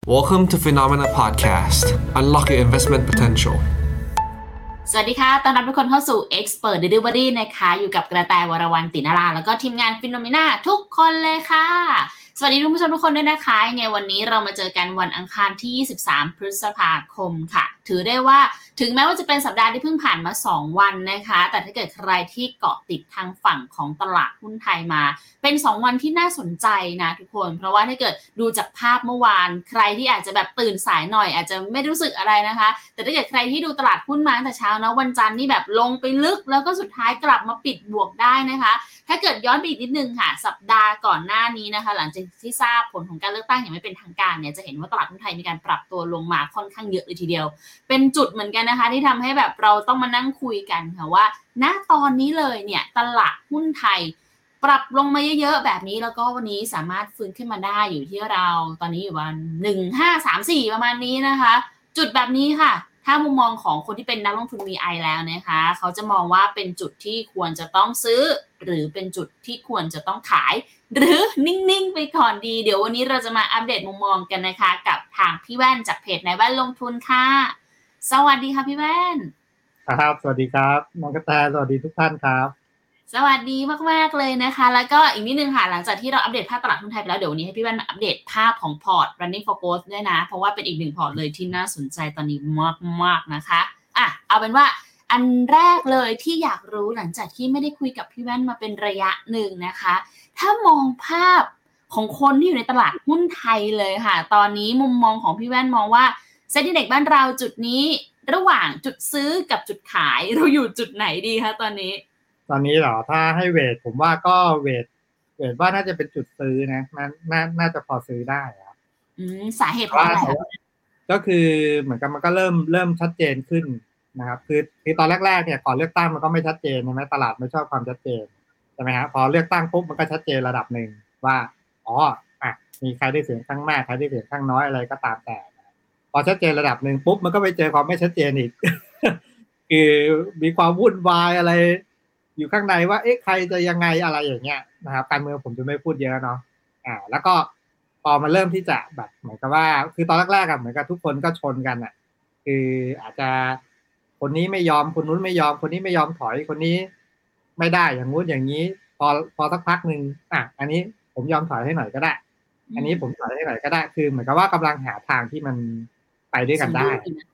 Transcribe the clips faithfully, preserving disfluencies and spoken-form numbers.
Welcome to Phenomena Podcast. Unlock your investment potential. สวัสดีค่ะต้อนรับทุกคนเข้าสู่ Expert Delivery นะคะอยู่กับกระแตวรวรรณตินาราแล้วก็ทีมงาน Phenomena ทุกคนเลยค่ะสวัสดีทุกผู้ชมทุกคนด้วยนะคะยังไงวันนี้เรามาเจอกันวันอังคารที่ยี่สิบสามพฤษภาคมค่ะถือได้ว่าถึงแม้ว่าจะเป็นสัปดาห์ที่เพิ่งผ่านมาสองวันนะคะแต่ถ้าเกิดใครที่เกาะติดทางฝั่งของตลาดหุ้นไทยมาเป็นสองวันที่น่าสนใจนะทุกคนเพราะว่าถ้าเกิดดูจากภาพเมื่อวานใครที่อาจจะแบบตื่นสายหน่อยอาจจะไม่รู้สึกอะไรนะคะแต่ถ้าเกิดใครที่ดูตลาดหุ้นมาตั้งแต่เช้านะวันจันทร์นี่แบบลงไปลึกแล้วก็สุดท้ายกลับมาปิดบวกได้นะคะถ้าเกิดย้อนไปอีกนิดนึงค่ะสัปดาห์ก่อนหน้านี้นะคะหลังจากที่ทราบผลของการเลือกตั้งอย่างไม่เป็นทางการเนี่ยจะเห็นว่าตลาดหุ้นไทยมีการปรับตัวลงมาค่อนข้างเยอะเลยทีเดียวเป็นจุดเหมือนกันนะคะที่ทำให้แบบเราต้องมานั่งคุยกันค่ะว่าณตอนนี้เลยเนี่ยตลาดหุ้นไทยปรับลงมาเยอะๆแบบนี้แล้วก็วันนี้สามารถฟื้นขึ้นมาได้อยู่ที่เราตอนนี้อยู่วันหนึ่งพันห้าร้อยสามสิบสี่ประมาณนี้นะคะจุดแบบนี้ค่ะถ้ามุมมองของคนที่เป็นนักลงทุน วี ไอ แล้วนะคะเขาจะมองว่าเป็นจุดที่ควรจะต้องซื้อหรือเป็นจุดที่ควรจะต้องขายหรือนิ่งๆไปก่อนดีเดี๋ยววันนี้เราจะมาอัปเดตมุมมองกันนะคะกับทางพี่แว่นจากเพจนายแว่นลงทุนค่ะสวัสดีค่ะพี่แว่นครับสวัสดีครับน้องกระแตสวัสดีทุกท่านครับสวัสดีมากๆเลยนะคะแล้วก็อีกนิดนึงค่ะหลังจากที่เราอัปเดตภาพตลาดหุ้นไทยไปแล้วเดี๋ยววันนี้ให้พี่แว่นมาอัปเดตภาพของพอร์ต running for growth ด้วยนะเพราะว่าเป็นอีกหนึ่งพอร์ตเลยที่น่าสนใจตอนนี้มากๆนะคะอ่ะเอาเป็นว่าอันแรกเลยที่อยากรู้หลังจากที่ไม่ได้คุยกับพี่แว่นมาเป็นระยะหนึ่งนะคะถ้ามองภาพของคนที่อยู่ในตลาดหุ้นไทยเลยค่ะตอนนี้มุมมองของพี่แว่นมองว่าเซ็นดิ้งอินเด็กซ์บ้านเราจุดนี้ระหว่างจุดซื้อกับจุดขายเราอยู่จุดไหนดีคะตอนนี้ตอนนี้เหรอถ้าให้เวทผมว่าก็เวทเวทว่าน่าจะเป็นจุดซื้อนะน่าน่าจะพอซื้อได้ครับอืมสาเหตุเพราะอะไรคะก็คือเหมือนกับมันก็เริ่มเริ่มชัดเจนขึ้นนะครับคือคือตอนแรกๆเนี่ยก่อนเลือกตั้งมันก็ไม่ชัดเจนใช่ไหมตลาดไม่ชอบความชัดเจนใช่ไหมครับพอเลือกตั้งปุ๊บมันก็ชัดเจนระดับหนึ่งว่าอ๋ออ่ะมีใครได้เสียงข้างมากใครได้เสียงข้างน้อยอะไรก็ตามแต่พอชัดเจนระดับหนึ่งปุ๊บมันก็ไปเจอความไม่ชัดเจนอีก คือมีความวุ่นวายอะไรอยู่ข้างในว่าเอ๊ะใครจะยังไงอะไรอย่างเงี้ยนะครับการเมืองผมจะไม่พูดเยอะเนาะอ่าแล้วก็พอมาเริ่มที่จะแบบเหมือนกับว่าคือตอนแรกๆอะเหมือนกับทุกคนก็ชนกันอ่ะคืออาจจะคนนี้ไม่ยอมคนนู้นไม่ยอมคนนี้ไม่ยอมถอยคนนี้ไม่ได้อย่างงู้นอย่างนี้พอพอสักพักนึงอ่ะอันนี้ผมยอมถอยให้หน่อยก็ได้อันนี้ผมถอยให้หน่อยก็ได้คือเหมือนกับว่ากำลังหาทางที่มันไปด้วยกันได้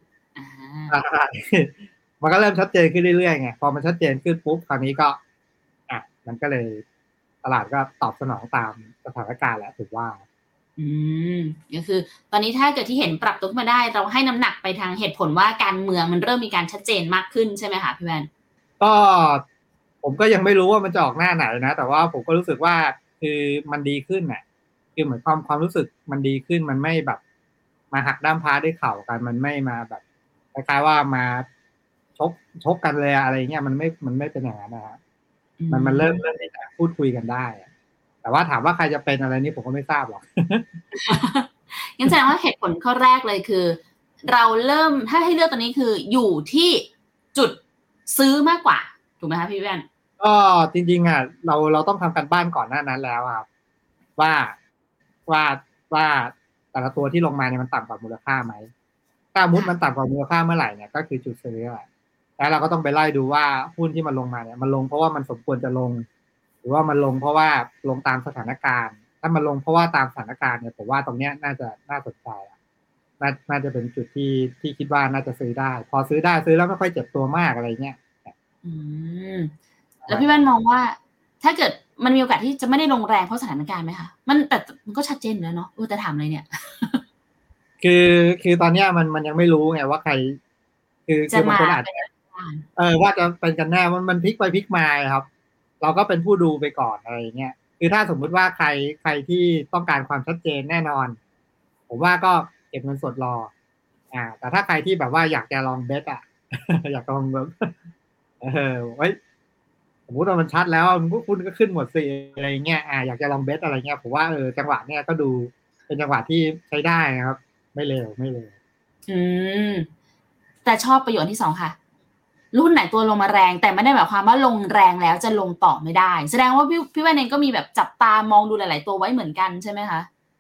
มันก็เริ่มชัดเจนขึ้นเรื่อยๆไงพอมันชัดเจนขึ้นปุ๊บคราวนี้ก็อ่ะมันก็เลยตลาดก็ตอบสนองตามสถานการณ์แล้วถือว่าอืมก็คือตอนนี้ถ้าเกิดที่เห็นปรับตัวขึ้นมาได้เราให้น้ำหนักไปทางเหตุผลว่าการเมืองมันเริ่มมีการชัดเจนมากขึ้นใช่ไหมคะพี่แวนก็ผมก็ยังไม่รู้ว่ามันจะออกหน้าไหนนะแต่ว่าผมก็รู้สึกว่าคือมันดีขึ้นน่ะคือเหมือนความความรู้สึกมันดีขึ้นมันไม่แบบมาหักด้ามพร้าด้วยเข่ากันมันไม่มาแบบคล้ายๆว่ามาชกชกกันเลยอะไรเงี้ยมันไม่มันไม่เป็นอย่างนั้นนะฮะมันมันเริ่มเริ่มที่จะพูดคุยกันได้แต่ว่าถามว่าใครจะเป็นอะไรนี่ผมก็ไม่ทราบหรอกงั้นแสดงว่าเหตุผลข้อแรกเลยคือเราเริ่มถ้าให้เลือกตอนนี้คืออยู่ที่จุดซื้อมากกว่าถูกไหมคะพี่แว่นก็จริงๆอ่ะเราเราต้องทำการบ้านก่อนหน้านั้นแล้วครับว่าว่าว่าแต่ละตัวที่ลงมาเนี่ยมันต่ำกว่ามูลค่าไหมถ้ามุดมันต่ำกว่ามูลค่าเมื่อไหร่เนี่ยก็คือจุดซื้อแหละแล้วเราก็ต้องไปไล่ดูว่าหุ้นที่มันลงมาเนี่ยมันลงเพราะว่ามันสมควรจะลงหรือว่ามันลงเพราะว่าลงตามสถานการณ์ถ้ามันลงเพราะว่าตามสถานการณ์เนี่ยผมว่าตรงเนี้ยน่าจะน่าสนใจน่าน่าจะเป็นจุดที่ที่คิดว่าน่าจะซื้อได้พอซื้อได้ซื้อแล้วไม่ค่อยเจ็บตัวมากอะไรเงี้ยอืมแล้วพี่แว่นมองว่าถ้าเกิดมันมีโอกาสที่จะไม่ได้ลงแรงเพราะสถานการณ์ไหมคะมันแต่มันก็ชัดเจนอยู่แล้วเนาะเออแต่ถามเลยเนี่ยคือคือตอนเนี้ยมันมันยังไม่รู้ไงว่าใครคือคือบางคนอาจจะเออว่าจะเป็นกันแน่มันมันพลิกไปพลิกมาครับเราก็เป็นผู้ดูไปก่อนอะไรเงี้ยคือถ้าสมมุติว่าใครใครที่ต้องการความชัดเจนแน่นอนผมว่าก็เก็บเงินสดรออ่าแต่ถ้าใครที่แบบว่าอยากจะลองเบสอ่ะ อยากลองแบบเออไว้สมมติว่ามันชัดแล้วคุณก็ขึ้นหมดสิอะไรเงี้ยอ่าอยากจะลองเบสอะไรเงี้ยผมว่าเออจังหวะเนี้ยก็ดูเป็นจังหวะที่ใช้ได้นะครับไม่เลวไม่เลวอืมแต่ชอบประโยชน์ที่สองค่ะรุ่นไหนตัวลงมาแรงแต่ไม่ได้หมายความว่าลงแรงแล้วจะลงต่อไม่ได้แสดงว่าพี่พี่แว่นเองก็มีแบบจับตามองดูหลายๆตัวไว้เหมือนกันใช่ไหมคะ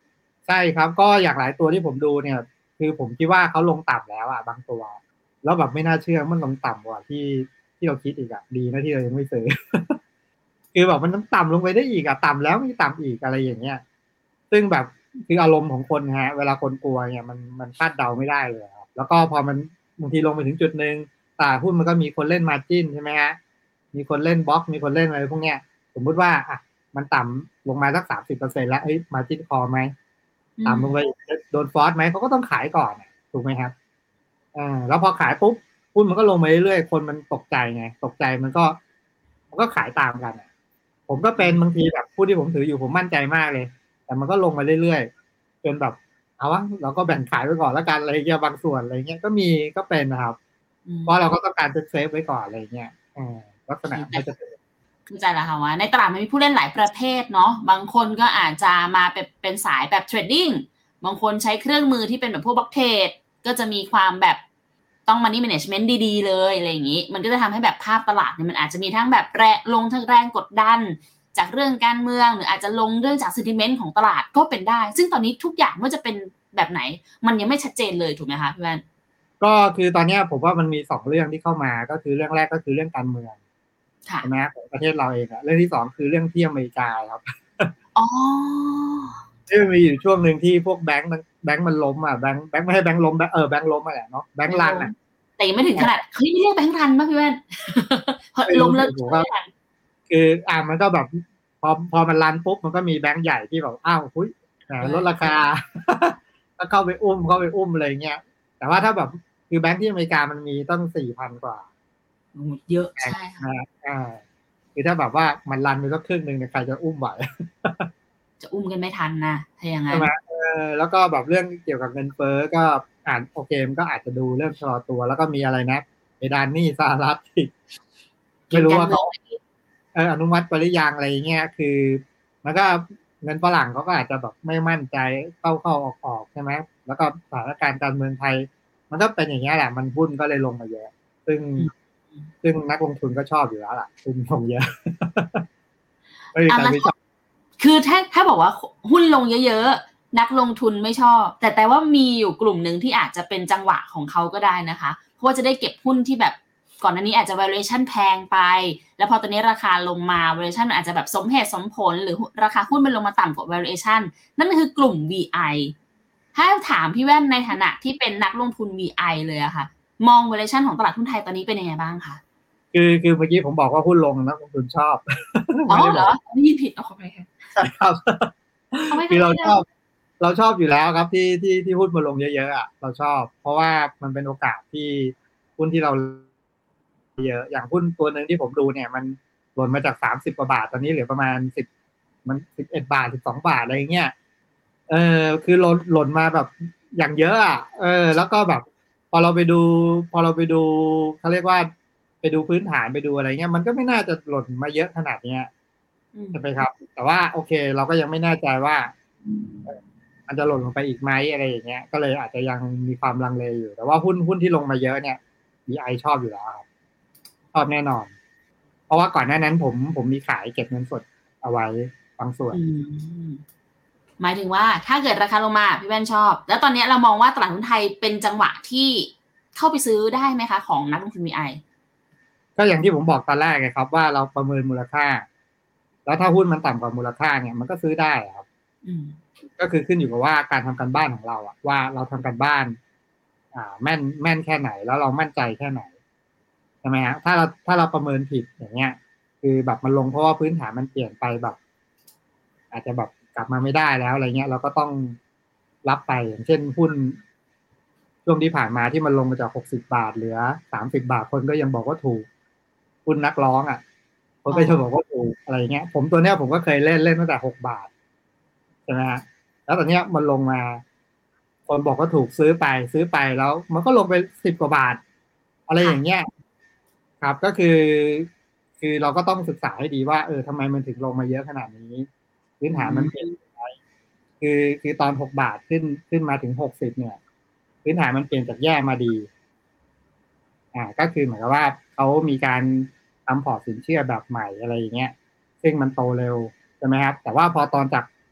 ใช่ครับก็อย่างหลายตัวที่ผมดูเนี่ย คือผมคิดว่าเขาลงต่ำแล้วอ่ะบางตัวแล้วแบบไม่น่าเชื่อมันลงต่ำกว่าที่ที่เราคิดอีกอ่ะดีนะที่เรายังไม่ซื้อ คือแบบมันต้องต่ำลงไปได้อีกอ่ะต่ำแล้วมีต่ำอีกอะไรอย่างเงี้ยซึ่งแบบคืออารมณ์ของคนฮะเวลาคนกลัวเนี่ยมันมันคาดเดาไม่ได้เลยครับแล้วก็พอมันบางทีลงไปถึงจุดหนึ่งตลาดหุ้นมันก็มีคนเล่นมาร์จิ้นใช่ไหมฮะมีคนเล่นบล็อกมีคนเล่นอะไรพวกเนี้ยสมมุติว่าอ่ะมันต่ำลงมาสักสามสิบเปอร์เซ็นต์แล้วเอ้ยมาร์จิ้นคอไหมต่ำลงไปโดนฟอสไหมเขาก็ต้องขายก่อนถูกไหมครับอ่าแล้วพอขายปุ๊บหุ้นมันก็ลงมาเรื่อยๆคนมันตกใจไงตกใจมันก็มันก็ขายตามกันผมก็เป็นบางทีแบบผู้ที่ผมถืออยู่ผมมั่นใจมากเลยแต่มันก็ลงมาเรื่อยๆจนแบบเอาวะเราก็แบ่งขายไว้ก่อนแล้วกันอะไรเงี้ยบางส่วนอะไรเงี้ยก็มีก็เป็นนะครับเพราะเราก็ต้องการเซฟไว้ก่อนอะไรเงี้ยลักษณะมันจะเป็นเข้าใจแล้วค่ะว่าในตลาดมันมีผู้เล่นหลายประเภทเนาะบางคนก็อาจจะมาเป็นเป็นสายแบบเทรดดิ้งบางคนใช้เครื่องมือที่เป็นแบบพวกบล็อกเทรดก็จะมีความแบบต้อง money management ดีๆเลยอะไรอย่างนี้มันก็จะทำให้แบบภาพตลาดเนี่ยมันอาจจะมีทั้งแบบแรงลงทั้งแรงกดดันจากเรื่องการเมืองหรืออาจจะลงเรื่องจาก sentiment ของตลาดก็เป็นได้ซึ่งตอนนี้ทุกอย่างว่าจะเป็นแบบไหนมันยังไม่ชัดเจนเลยถูกไหมคะพี่แว่นก็คือตอนนี้ผมว่ามันมีสองเรื่องที่เข้ามาก็คือเรื่องแรกก็คือเรื่องการเมืองใช่ไหมของประเทศเราเองอะเรื่องที่สองคือเรื่องที่อเมริกาครับอ๋อที่มีอยู่ช่วงหนึ่งที่พวกแบงค์แบงค์มันล้มอ่ะแบงค์แบงค์ไม่ให้แบงค์ล้มเออแบงค์ล้มมาแหละเนาะแบงค์รันอ่ะแต่ยังไม่ถึงขนาดเฮ้ยไม่เรียกแบงค์รันป่ะพี่แว่นล้มแล้วคืออ่ามันก็แบบพอพอมันรันปุ๊บมันก็มีแบงค์ใหญ่ที่แบบอ้าวหุ้ยลดราคาก็เข้าไปอุ้มเข้าไปอุ้มอะไรเงี้ยแต่ว่าถ้าแบบคือแบงค์ที่อเมริกามันมีตั้งสี่พันกว่าเยอะใช่ค่ะอ่าคือถ้าแบบว่ามันรันไปสักครึ่งนึงเนี่ยใครจะอุ้มไหวจะอุ้มกันไม่ทันนะถ้าอย่างนั้นใช่ไหมเออแล้วก็แบบเรื่องเกี่ยวกับเงินเฟ้อก็อ่านโอเคมันก็อาจจะดูเริ่มชะลอตัวแล้วก็มีอะไรนะเพดานหนี้สหรัฐอีกไม่รู้ว่าเขาเอออนุมัติไปหรือยังอะไรเงี้ยคือมันก็เงินฝรั่งเขาก็อาจจะแบบไม่มั่นใจเข้าเข้าออกออกใช่ไหมแล้วก็สถานการณ์การเมืองไทยมันก็เป็นอย่างเงี้ยแหละมันหุ้นก็เลยลงมาเยอะซึ่งซึ่งนักลงทุนก็ชอบอยู่แล้วล่ะหุ้นลงเยอะไม่มีใครไม่ชอบคือถ้าถ้าบอกว่าหุ้นลงเยอะๆนักลงทุนไม่ชอบแต่แต่ว่ามีอยู่กลุ่มหนึ่งที่อาจจะเป็นจังหวะของเขาก็ได้นะคะเพราะว่าจะได้เก็บหุ้นที่แบบก่อนหน้านี้อาจจะ valuation แพงไปแล้วพอตอนนี้ราคาลงมา valuation อาจจะแบบสมเหตุสมผลหรือราคาหุ้นมันลงมาต่ำกว่า valuation นั่นคือกลุ่ม วี ไอ ถ้าถามพี่แว่นในฐานะที่เป็นนักลงทุน วี ไอ เลยอะค่ะมอง valuation ของตลาดหุ้นไทยตอนนี้เป็นยังไงบ้างคะคือคือเมื่อกี้ผมบอกว่าหุ้นลงนักลงทุนชอบอ๋อเหรอไม่ยินผิดอ๋อขอไปค่ะใช่ครับคือเราชอบเราชอบอยู่แล้วครับที่ที่ที่หุ้นมาลงเยอะๆอ่ะเราชอบเพราะว่ามันเป็นโอกาสที่หุ้นที่เราเยอะอย่างหุ้นตัวนึงที่ผมดูเนี่ยมันหล่นมาจากสามสิบกว่าบาทตอนนี้เหลือประมาณสิบมันสิบเอ็ดบาทสิบสองบาทอะไรเงี้ยเออคือหล่นหล่นมาแบบอย่างเยอะอ่ะเออแล้วก็แบบพอเราไปดูพอเราไปดูเขาเรียกว่าไปดูพื้นฐานไปดูอะไรเงี้ยมันก็ไม่น่าจะหล่นมาเยอะขนาดเนี้ยใช่ไหมครับแต่ว่าโอเคเราก็ยังไม่แน่ใจว่ามันจะหล่นลงไปอีกไหมอะไรอย่างเงี้ยก็เลยอาจจะยังมีความลังเลอยู่แต่ว่าหุ้นหุ้นที่ลงมาเยอะเนี่ย วี ไอ ชอบอยู่แล้วครับชอบแน่นอนเพราะว่าก่อนหน้านั้นผมผมมีขายเก็บเงินสดเอาไว้บางส่วนหมายถึงว่าถ้าเกิดราคาลงมาพี่แว่นชอบแล้วตอนนี้เรามองว่าตลาดหุ้นไทยเป็นจังหวะที่เข้าไปซื้อได้ไหมคะของนักลงทุน วี ไอก็อย่างที่ผมบอกตอนแรกไงครับว่าเราประเมินมูลค่าแล้วถ้าหุ้นมันต่ำกว่ามูลค่าเนี่ยมันก็ซื้อได้ครับก็คือขึ้นอยู่กับว่าการทำการบ้านของเราอะว่าเราทำการบ้าน อ่าแม่นแม่นแค่ไหนแล้วเรามั่นใจแค่ไหนใช่ไหมฮะถ้าเราถ้าเราประเมินผิดอย่างเงี้ยคือแบบมันลงเพราะว่าพื้นฐานมันเปลี่ยนไปแบบอาจจะแบบกลับมาไม่ได้แล้วอะไรเงี้ยเราก็ต้องรับไปอย่างเช่นหุ้นช่วงที่ผ่านมาที่มันลงมาจากหกสิบบาทเหลือสามสิบบาทคนก็ยังบอกว่าถูกหุ้นนักร้องอ่ะคนก็จะบอกว่าถูกอะไรเงี้ยผมตัวเนี้ยผมก็เคยเล่นเล่นตั้งแต่หกบาทใช่ไหมฮะแล้วตอนเนี้ยมันลงมาคนบอกว่าถูกซื้อไปซื้อไปแล้วมันก็ลงไปสิบกว่าบาทอะไรอย่างเงี้ยครับก็คือคือเราก็ต้องศึกษาให้ดีว่าเออทำไมมันถึงลงมาเยอะขนาดนี้พื้นฐานมันเปลี่ยนไปคือคือตอนหกบาทขึ้นขึ้นมาถึงหกสิบเนี่ยพื้นฐานมันเปลี่ยนจากแย่มาดีอ่าก็คือเหมือนกับว่าเขามีการทำพอร์ตสินเชื่อแบบใหม่อะไรอย่างเงี้ยซึ่งมันโตเร็วใช่ไหมครับแต่ว่าพอตอนจาก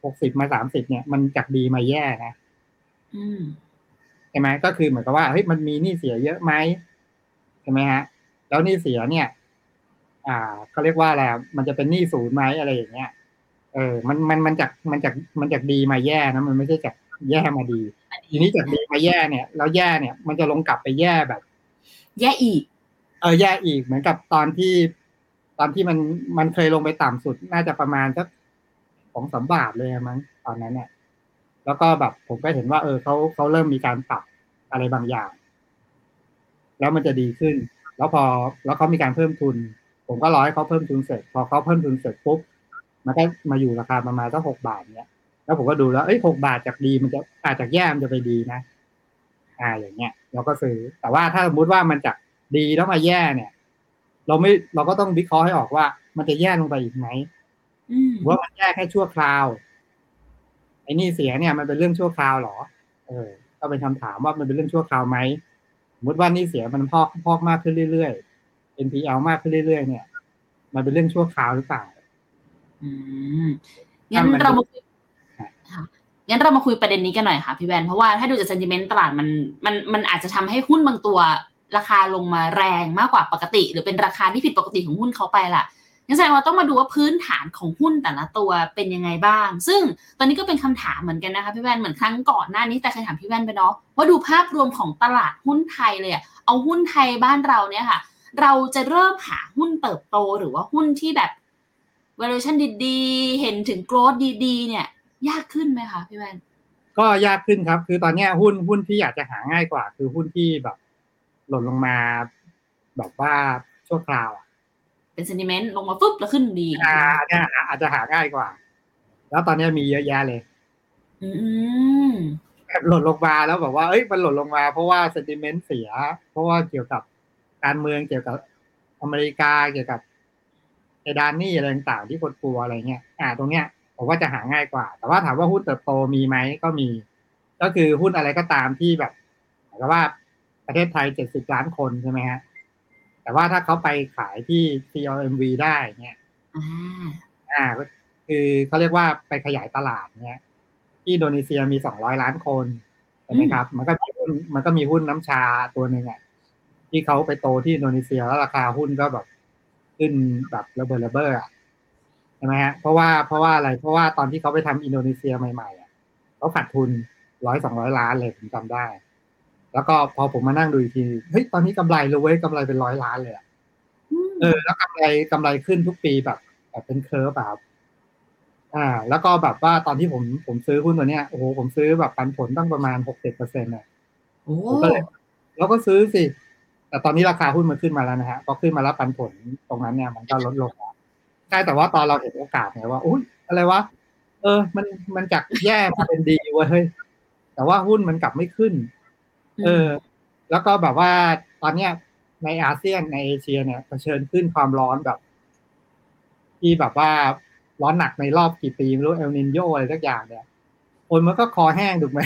หกสิบมาสามสิบเนี่ยมันจากดีมาแย่นะอืมใช่ไหมก็คือเหมือนกับว่าเฮ้ยมันมีหนี้เสียเยอะไหมใช่ไหมฮะแล้วหนี้เสียเนี่ยอ่าเขาเรียกว่าอะไรมันจะเป็นหนี้ศูนย์ไหมอะไรอย่างเงี้ยเออมันมันมันจากมันจากมันจากดีมาแย่นะมันไม่ใช่จากแย่มาดีทีนี้จากดีมาแย่เนี่ยแล้วแย่เนี่ยมันจะลงกลับไปแย่แบบแย่อีกเออแย่อีกเหมือนกับตอนที่ตอนที่มันมันเคยลงไปต่ำสุดน่าจะประมาณสักสองสามบาทเลยมั้งตอนนั้นเนี่ยแล้วก็แบบผมก็เห็นว่าเออเขาเขาเริ่มมีการปรับอะไรบางอย่างแล้วมันจะดีขึ้นแล้วพอแล้วเขามีการเพิ่มทุนผมก็รอให้เขาเพิ่มทุนเสร็จพอเขาเพิ่มทุนเสร็จปุ๊บมันก็มาอยู่ราคาประมาณสักหกบาทเนี้ยแล้วผมก็ดูแล้วเอ้ยหกบาทจากดีมันจะอาจจากแย่มันจะไปดีนะอ่าอย่างเงี้ยเราก็ซื้อแต่ว่าถ้าสมมติว่ามันจากดีแล้วมาแย่เนี่ยเราไม่เราก็ต้องวิเคราะห์ให้ออกว่ามันจะแย่ลงไปอีกไหมว่ามันแย่แค่ชั่วคราวไอ้นี่เสียเนี่ยมันเป็นเรื่องชั่วคราวหรอเออก็เป็นคำถามว่ามันเป็นเรื่องชั่วคราวไหมสมมติว่านี่เสียมันพอกพอกมากขึ้นเรื่อยๆ เอ็น พี แอล มากขึ้นเรื่อยๆเนี่ยมันเป็นเรื่องชั่วคราวหรือเปล่าอืมงั้นเรามาคุยงั้นเรามาคุยประเด็นนี้กันหน่อยค่ะพี่แวนเพราะว่าถ้าดูจาก sentiment ตลาดมันมันมันอาจจะทำให้หุ้นบางตัวราคาลงมาแรงมากกว่าปกติหรือเป็นราคาที่ผิดปกติของหุ้นเขาไปล่ะงั้นแสดงว่าต้องมาดูว่าพื้นฐานของหุ้นแต่ละตัวเป็นยังไงบ้างซึ่งตอนนี้ก็เป็นคำถามเหมือนกันนะคะพี่แวนเหมือนครั้งก่อนหน้านี้แต่เคยถามพี่แวนไปเนาะว่าดูภาพรวมของตลาดหุ้นไทยเลยเอาหุ้นไทยบ้านเราเนี่ยค่ะเราจะเริ่มหาหุ้นเติบโตหรือว่าหุ้นที่แบบ valuation ดีๆเห็นถึง growth ดีๆเนี่ยยากขึ้นไหมคะพี่แวนก็ยากขึ้นครับคือตอนนี้หุ้นหุ้นที่อยากจะหาง่ายกว่าคือหุ้นที่แบบหล่นลงมาแบบว่าชั่วคราวเป็น sentiment ลงมาฟึบแล้วขึ้นดีอ่าเนี่ยอาจจะหาง่ายกว่าแล้วตอนนี้มีเยอะแยะเลยอืมหล่นลงมาแล้วแบบว่าเอ้ยมันหล่นลงมาเพราะว่า sentiment เสียเพราะว่าเกี่ยวกับการเมืองเกี่ยวกับอเมริกาเกี่ยวกับไอ้ด้านนี้อะไรต่างๆที่คนกลัวอะไรเงี้ยอ่าตรงเนี้ยผมว่าจะหาง่ายกว่าแต่ว่าถามว่าหุ้นเติบโตมีไหมก็มีก็คือหุ้นอะไรก็ตามที่แบบหมายความว่าประเทศไทยเจ็ดสิบล้านคนใช่ไหมฮะแต่ว่าถ้าเขาไปขายที่ ซี แอล เอ็ม วี ได้เนี่ยอ่าก็คือเขาเรียกว่าไปขยายตลาดเนี่ยที่อินโดนีเซียมีสองร้อยล้านคนใช่ไหมครับมันก็มีหุ้นมันก็มีหุ้นน้ำชาตัวหนึ่งอ่ะที่เขาไปโตที่อินโดนีเซียแล้วราคาหุ้นก็แบบขึ้นแบบระเบิดระเบ้ออ่ะใช่ไหมฮะเพราะว่าเพราะว่าอะไรเพราะว่าตอนที่เขาไปทำอินโดนีเซียใหม่ๆอ่ะเขาขาดทุนร้อยสองร้อยล้านเลยผมจำได้แล้วก็พอผมมานั่งดูอีกทีเฮ้ยตอนนี้กำไรเลยเว้ยกำไรเป็นร้อยล้านเลยอ่ะเออแล้วกำไรกำไรขึ้นทุกปีแบบแบบเป็นเคอร์ฟแบบอ่าแล้วก็แบบว่าตอนที่ผมผมซื้อหุ้นตัวเนี้ยโอ้โหผมซื้อแบบปันผลตั้งประมาณหกสิบเปอร์เซ็นต์เนี่ยผมก็เลยแล้วก็ซื้อสิแต่ตอนนี้ราคาหุ้นมันขึ้นมาแล้วนะฮะพอขึ้นมาแล้วปันผลตรงนั้นเนี่ยมันก็ลดลงใช่แต่ว่าตอนเราเห็นโอกาสไงว่าอุ้ยอะไรวะเออมันมันจากแย่มาเป็นดีเว้ยเฮ้ยแต่ว่าหุ้นมันกลับไม่ขึ้นเออแล้วก็แบบว่าตอนเนี้ยในอาเซียนในเอเชียเนี่ยเผชิญขึ้นความร้อนแบบที่แบบว่าร้อนหนักในรอบกี่ปีไม่รู้เอลนินโยอะไรสักอย่างเนี่ยคนมันก็คอแห้งถูกไหม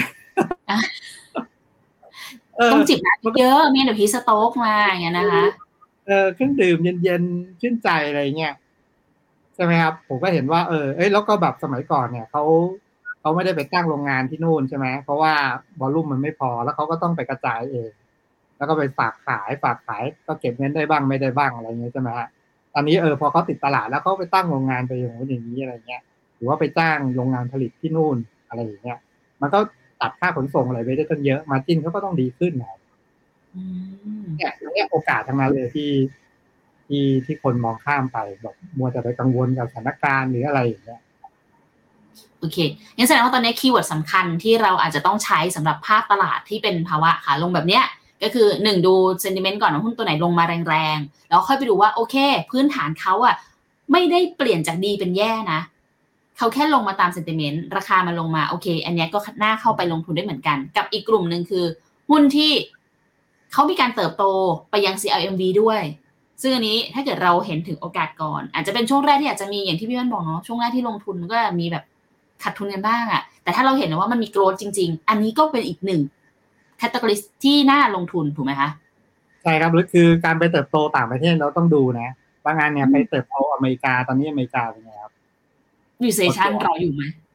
ต้องจิบน้ำเยอะไม่งั้นเดี๋ยวฮีสโต๊กมาอย่างเงี้ยนะคะเออเครื่องดื่มเย็นๆชื่นใจอะไรเงี้ยใช่ไหมครับผมก็เห็นว่าเออเอ้ยแล้วก็แบบสมัยก่อนเนี่ยเขาเขาไม่ได้ไปตั้งโรงงานที่นู่นใช่ไหมเพราะว่าวอลลุ่มมันไม่พอแล้วเขาก็ต้องไปกระจายเองแล้วก็ไปฝากขายฝากขายก็เก็บเงินได้บ้างไม่ได้บ้างอะไรเงี้ยใช่ไหมฮะตอนนี้เออพอเขาติดตลาดแล้วเขาไปตั้งโรงงานไปอย่างนู้นอย่างนี้อะไรเงี้ยหรือว่าไปจ้างโรงงานผลิตที่นู่นอะไรอย่างเงี้ยมันก็ตัดค่าขนส่งอะไรไปได้ตั้งเยอะมาร์จิ้นเขาก็ต้องดีขึ้นนะเนี่ยเนี่ยโอกาสทั้งนั้นเลยที่ที่ที่คนมองข้ามไปแบบมัวแต่ไปกังวลกับสถานการณ์หรืออะไรอย่างเงี้ยโอเคงั้นแสดงว่าตอนนี้คีย์เวิร์ดสำคัญที่เราอาจจะต้องใช้สำหรับภาพตลาดที่เป็นภาวะขาลงแบบเนี้ยก็คือหนึ่งดูเซนติเมนต์ก่อนว่าหุ้นตัวไหนลงมาแรงๆแล้วค่อยไปดูว่าโอเคพื้นฐานเขาอะไม่ได้เปลี่ยนจากดีเป็นแย่นะเขาแค่ลงมาตามเซนติเมนต์ราคามันลงมาโอเคอันนี้ก็น่าเข้าไปลงทุนได้เหมือนกันกับอีกกลุ่มนึงคือหุ้นที่เขามีการเติบโตไปยัง ซี แอล เอ็ม วี ด้วยซึ่งอันนี้ถ้าเกิดเราเห็นถึงโอกาสก่อนอาจจะเป็นช่วงแรกที่อาจจะมีอย่างที่พี่วันบอกเนาะช่วงแรกที่ลงทุนก็มีแบบขาดทุนกันบ้างอะแต่ถ้าเราเห็นว่ามันมีโกรธจริงๆอันนี้ก็เป็นอีกหนึ่งแคตตาล็อกที่น่าลงทุนถูกไหมคะใช่ครับหรือคือการไปเติบโตต่างประเทศเราต้องดูนะบางงานเนี่ยไปเติบโตอเมริกาตอนนี้อเมริกาเป็นไงครับ recession รออยู่ไหม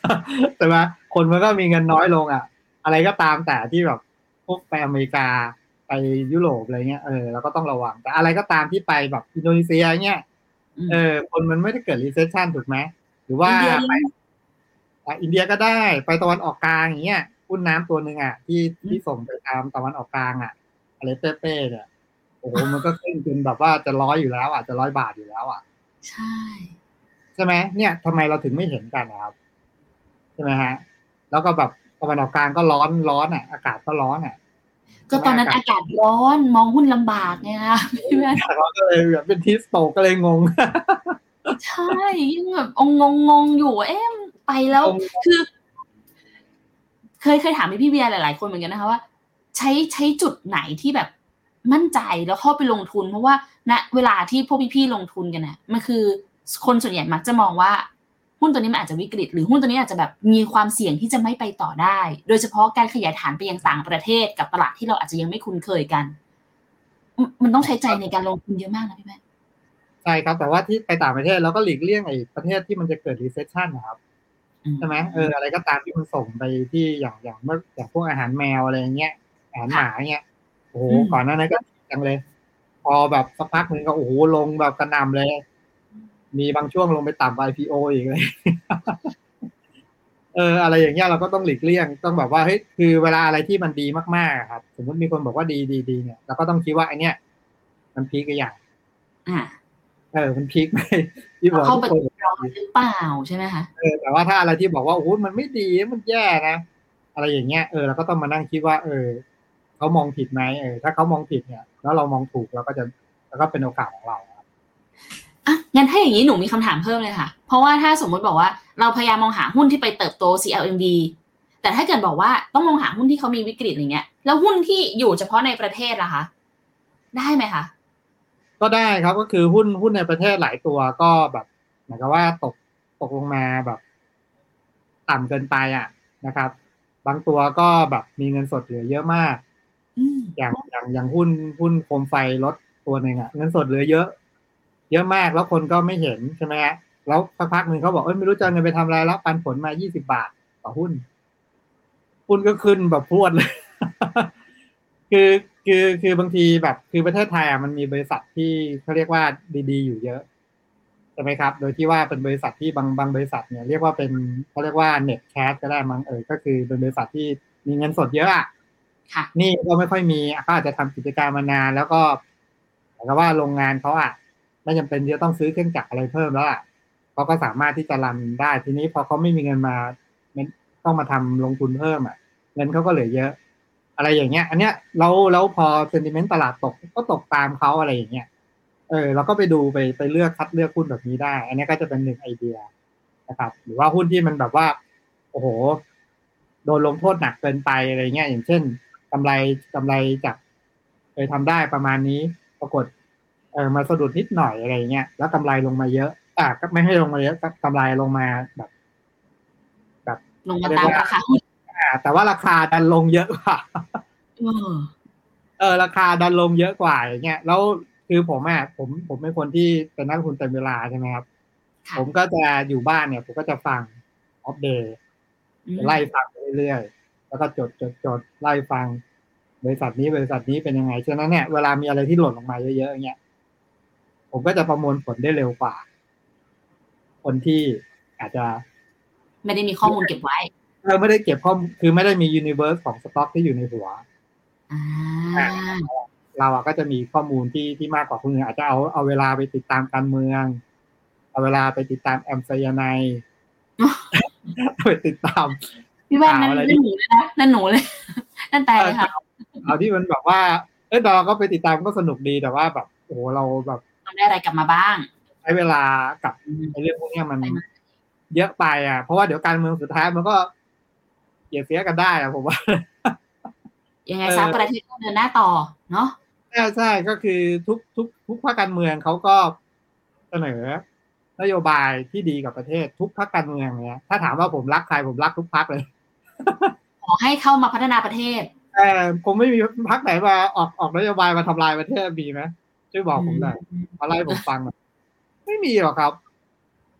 ใช่ไหมคนมันก็มีเงินน้อยลงอ่ะอะไรก็ตามแต่ที่แบบพวกไปอเมริกาไปยุโรปอะไรเงี้ยเออเราก็ต้องระวังแต่อะไรก็ตามที่ไปแบบอินโดนีเซียเงี้ยเออคนมันไม่ได้เกิด recession ถูกไหมหรือว่าไปอินเดียก็ได้ไปตะวันออกกลางอย่างเงี้ยหุ้นน้ำตัวหนึ่งอ่ะที่ที่ส่งไปตามตะวันออกกลางอ่ะอะไรเป้ๆเนี่ยโอ้โหมันก็ขึ้นจนแบบว่าจะร้อยอยู่แล้วอ่ะจะร้อยบาทอยู่แล้วอ่ะใช่ใช่ไหมเนี่ยทำไมเราถึงไม่เห็นกันนะครับใช่ไหมฮะแล้วก็แบบตะวันออกกลางก็ร้อนร้อนอ่ะอากาศก็ร้อนอ่ะก็ตอนนั้นอากาศร้อนมองหุ้นลำบากไงคะพี่แม่เราก็เลยแบบเป็นทิสโตก็เลยงงใช่ยังแบบองงงงอยู่เอ๊ะไปแล้วคือเคยเคยถามพี่เบียร์หลายๆคนเหมือนกันนะคะว่าใช้ใช้จุดไหนที่แบบมั่นใจแล้วเข้าไปลงทุนเพราะว่าณเวลาที่พวกพี่ๆลงทุนกันน่ะมันคือคนส่วนใหญ่มักจะมองว่าหุ้นตัวนี้มันอาจจะวิกฤตหรือหุ้นตัวนี้อาจจะแบบมีความเสี่ยงที่จะไม่ไปต่อได้โดยเฉพาะการขยายฐานไปยังต่างประเทศกับตลาดที่เราอาจจะยังไม่คุ้นเคยกันมันต้องใช้ใจในการลงทุนเยอะมากนะพี่แม่ใช่ครับแต่ว่าที่ไปต่างประเทศเราก็หลีกเลี่ยงไอ้ประเทศที่มันจะเกิด recession นะครับใช่ไหมเอออะไรก็ตามที่มันส่งไปที่อย่างอย่างเมื่ออย่างพวกอาหารแมวอะไรเงี้ยอาหารหมาเงี้ยโอ้โหก่อนหน้านั้นก็จังเลยพอแบบสักพักหนึ่งก็โอ้โหลงแบบกระหน่ำเลยมีบางช่วงลงไปต่ำ ไอ พี โอ อีกเลยเอออะไรอย่างเงี้ยเราก็ต้องหลีกเลี่ยงต้องแบบว่าเฮ้ยคือเวลาอะไรที่มันดีมากๆครับสมมติมีคนบอกว่าดีดีดีเนี่ยเราก็ต้องคิดว่าไอเนี้ยมันพีคกี่อย่างอ่าเออมันพีคไหมที่บอกเข้าไปรอหรือเปล่าใช่ไหมคะเออแต่ว่าถ้าอะไรที่บอกว่าโอ้โหมันไม่ดีมันแย่นะอะไรอย่างเงี้ยเออเราก็ต้องมานั่งคิดว่าเออเขามองผิดไหมเออถ้าเขามองผิดเนี่ยแล้วเรามองถูกเราก็จะแล้วก็เป็นโอกาสของเราอ่ะงั้นถ้าอย่างนี้หนูมีคำถามเพิ่มเลยค่ะเพราะว่าถ้าสมมติบอกว่าเราพยายามมองหาหุ้นที่ไปเติบโต ซี แอล เอ็ม วี แต่ถ้าเกิดบอกว่าต้องมองหาหุ้นที่เขามีวิกฤตอย่างเงี้ยแล้วหุ้นที่อยู่เฉพาะในประเทศล่ะคะได้ไหมคะก็ได้ครับก็คือหุ้นหุ้นในประเทศหลายตัวก็แบบเหมือนกับว่าตกตกลงมาแบบต่ำเกินไปอ่ะนะครับบางตัวก็แบบมีเงินสดเหลือเยอะมากอย่างอย่างอย่างหุ้นหุ้นโคมไฟรถตัวหนึ่งอ่ะเงินสดเหลือเยอะเยอะมากแล้วคนก็ไม่เห็นใช่ไหมฮะแล้วสักพักหนึ่งเขาบอกเอ้ยไม่รู้จะเงินไปทำอะไรแล้วปันผลมายี่สิบบาทต่อหุ้นหุ้นก็ขึ้นแบบพรวดเลย คือคือคือบางทีแบบคือประเทศไทยอ่ะมันมีบริษัทที่เขาเรียกว่าดีๆอยู่เยอะใช่ไหมครับโดยที่ว่าเป็นบริษัทที่บางบางบริษัทเนี่ยเรียกว่าเป็นเขาเรียกว่าเน็ตแคชก็ได้มั้งเออก็คือเป็นบริษัทที่มีเงินสดเยอะอ่ะนี่ก็ไม่ค่อยมีเขาอาจจะทำกิจการมานานแล้วก็เหมือนกับว่าโรงงานเขาอ่ะไม่จำเป็นจะต้องซื้อเครื่องจักรอะไรเพิ่มแล้วอ่ะเขาก็สามารถที่จะรันได้ทีนี้พอเขาไม่มีเงินมาต้องมาทำลงทุนเพิ่มอ่ะเงินเขาก็เหลือเยอะอะไรอย่างเงี้ยอันเนี้ยแล้วแล้วพอเซนติเมนต์ตลาดตกก็ตกตามเขาอะไรอย่างเงี้ยเออเราก็ไปดูไปไปเลือกคัดเลือกหุ้นแบบนี้ได้อันนี้ก็จะเป็นหนึ่งไอเดียนะครับหรือว่าหุ้นที่มันแบบว่าโอ้โหโดนลงโทษหนักเกินไปอะไรเงี้ยอย่างเช่นกำไรกำไรจากเคยทำได้ประมาณนี้ปรากฏเออมาสะดุดนิดหน่อยอะไรเงี้ยแล้วกำไรลงมาเยอะอ่ะก็ไม่ให้ลงมาเยอะกำไรลงมาแบบแบบลงมาตามราคาหุ้นแต่ว่าราคาดันลงเยอะกว่าเออราคาดันลงเยอะกว่าอย่างเงี้ยแล้วคือผมอ่ะผมผมเป็นคนที่เป็นนักลงทุนเต็มเวลาใช่ไหมครับผมก็จะอยู่บ้านเนี่ยผมก็จะฟังอัปเดตไล่ฟังไปเรื่อยๆแล้วก็จดจดจดไล่ฟังบริษัทนี้บริษัทนี้เป็นยังไงฉะนั้นเนี่ยเวลามีอะไรที่หล่นลงมาเยอะๆอย่างเงี้ยผมก็จะประมวลผลได้เร็วกว่าคนที่อาจจะไม่ได้มีข้อมูลเก็บไว้เราไม่ได้เก็บข้อมูลคือไม่ได้มียูนิเวอร์สของสต็อกที่อยู่ในหัวเราอะก็จะมีข้อมูลที่ที่มากกว่าคนอื่นอาจจะเอาเอาเวลาไปติดตามการเมืองเอาเวลาไปติดตามแอมไซยาไนด์ไปติดตามพี่แว่นนั่นนั่นหนูเลยนะนั่นหนูเลยนั่นแต่เลยค่ะเอาที่มันแบบว่าเออเราก็ไปติดตามก็สนุกดีแต่ว่าแบบโอ้โหเราแบบต้องได้อะไรกลับมาบ้างใช้เวลากับในเรื่องพวกนี้มันเยอะไปอ่ะเพราะว่าเดี๋ยวการเมืองสุดท้ายมันก็เกลียดเสียกันได้อะผมว่ายังไงซะประเทศต้องเดินหน้าต่อเนาะใช่ใช่ก็คือทุกทุกทุกพรรคการเมืองเขาก็เสนอนโยบายที่ดีกับประเทศทุกพรรคการเมืองเนี่ยถ้าถามว่าผมรักใครผมรักทุกพรรคเลยขอให้เข้ามาพัฒนาประเทศแต่ผมไม่มีพรรคไหนมาออกออกนโยบายมาทำลายประเทศมีไหมช่วยบอกผมหน่อยมาไล่ผมฟังไม่มีหรอกครับ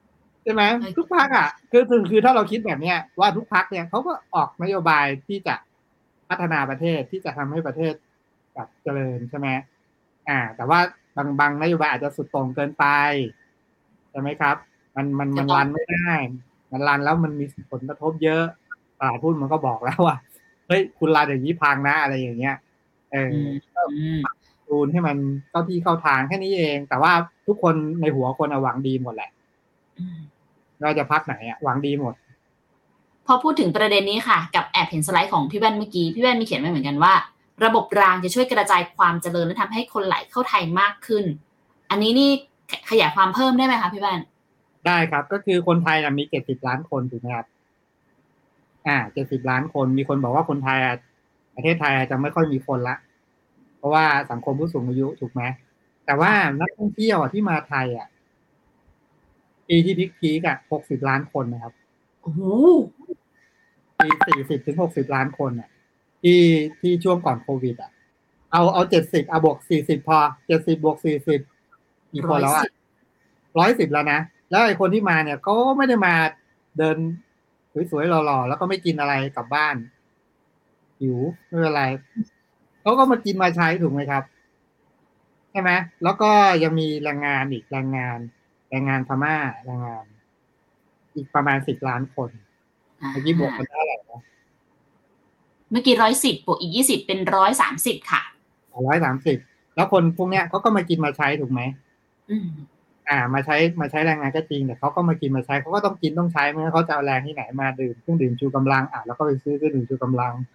ใช่ไหมทุกพรรคอ่ะคือคือคือถ้าเราคิดแบบเนี้ยว่าทุกพรรคเนี่ยเขาก็ออกนโยบายที่จะพัฒนาประเทศที่จะทำให้ประเทศแบบเจริญใช่ไหมอ่า แต่ว่าบางบางนโยบายอาจจะสุดโต่งเกินไปใช่ไหมครับมันมันมันรันไม่ได้มันรันแล้วมันมีผลกระทบเยอะตลาดหุ้นมันก็บอกแล้วว่าเฮ้ยคุณรันอย่างนี้พังนะอะไรอย่างเงี้ยเออดูนให้มันเข้าที่เข้าทางแค่นี้เองแต่ว่าทุกคนในหัวคนหวังดีหมดแหละเราจะพักไหนอ่ะหวังดีหมดพอพูดถึงประเด็นนี้ค่ะกับแอบเห็นสไลด์ของพี่แว่นเมื่อกี้พี่แว่นมีเขียนไว้เหมือนกันว่าระบบรางจะช่วยกระจายความเจริญและทำให้คนไหลเข้าไทยมากขึ้นอันนี้นี่ขยายความเพิ่มได้ไหมคะพี่แว่นได้ครับก็คือคนไทยมีเจ็ดสิบล้านคนถูกไหมครับอ่าเจ็ดสิบล้านคนมีคนบอกว่าคนไทยประเทศไทยจะไม่ค่อยมีคนละเพราะว่าสังคมผู้สูงอายุถูกไหมแต่ว่านักท่องเที่ยวที่มาไทยอ่ะปีที่พีคๆอ่ะหกสิบล้านคนนะครับโอ้โหปีสี่สิบถึงหกสิบล้านคนอ่ะที่ที่ช่วงก่อนโควิดอ่ะเอาเอาเจ็ดสิบเอาบวกสี่สิบพอเจ็ดสิบบวกสี่สิบกี่คนแล้วอ่ะร้อยสิบแล้วนะแล้วไอ้คนที่มาเนี่ยเขาไม่ได้มาเดินสวยๆหล่อๆแล้วก็ไม่กินอะไรกลับบ้านหิวไม่เป็นไรเขาก็มากินมาใช้ถูกไหมครับใช่ไหมแล้วก็ยังมีแรงงานอีกแรงงานแรงงานพม่าแรงงานอีกประมาณสิบล้านคนเมื่อกี้บวกกันเท่าไหร่นะเมื่อกี้ร้อยสิบบวกอีกยี่สิบเป็นร้อยสามสิบค่ะร้อยสามสิบแล้วคนพวกเนี้ยเขาก็มากินมาใช้ถูกไหมอืมอ่ามาใช้มาใช้แรงงานก็จริงแต่เขาก็มากินมาใช้เขาก็ต้องกินต้องใช้ไม่งั้นเขาจะเอาแรงที่ไหนมาดื่มเครื่องดื่มชูกำลังอ่ะแล้วก็ไปซื้อเครื่องดื่มชูกำลัง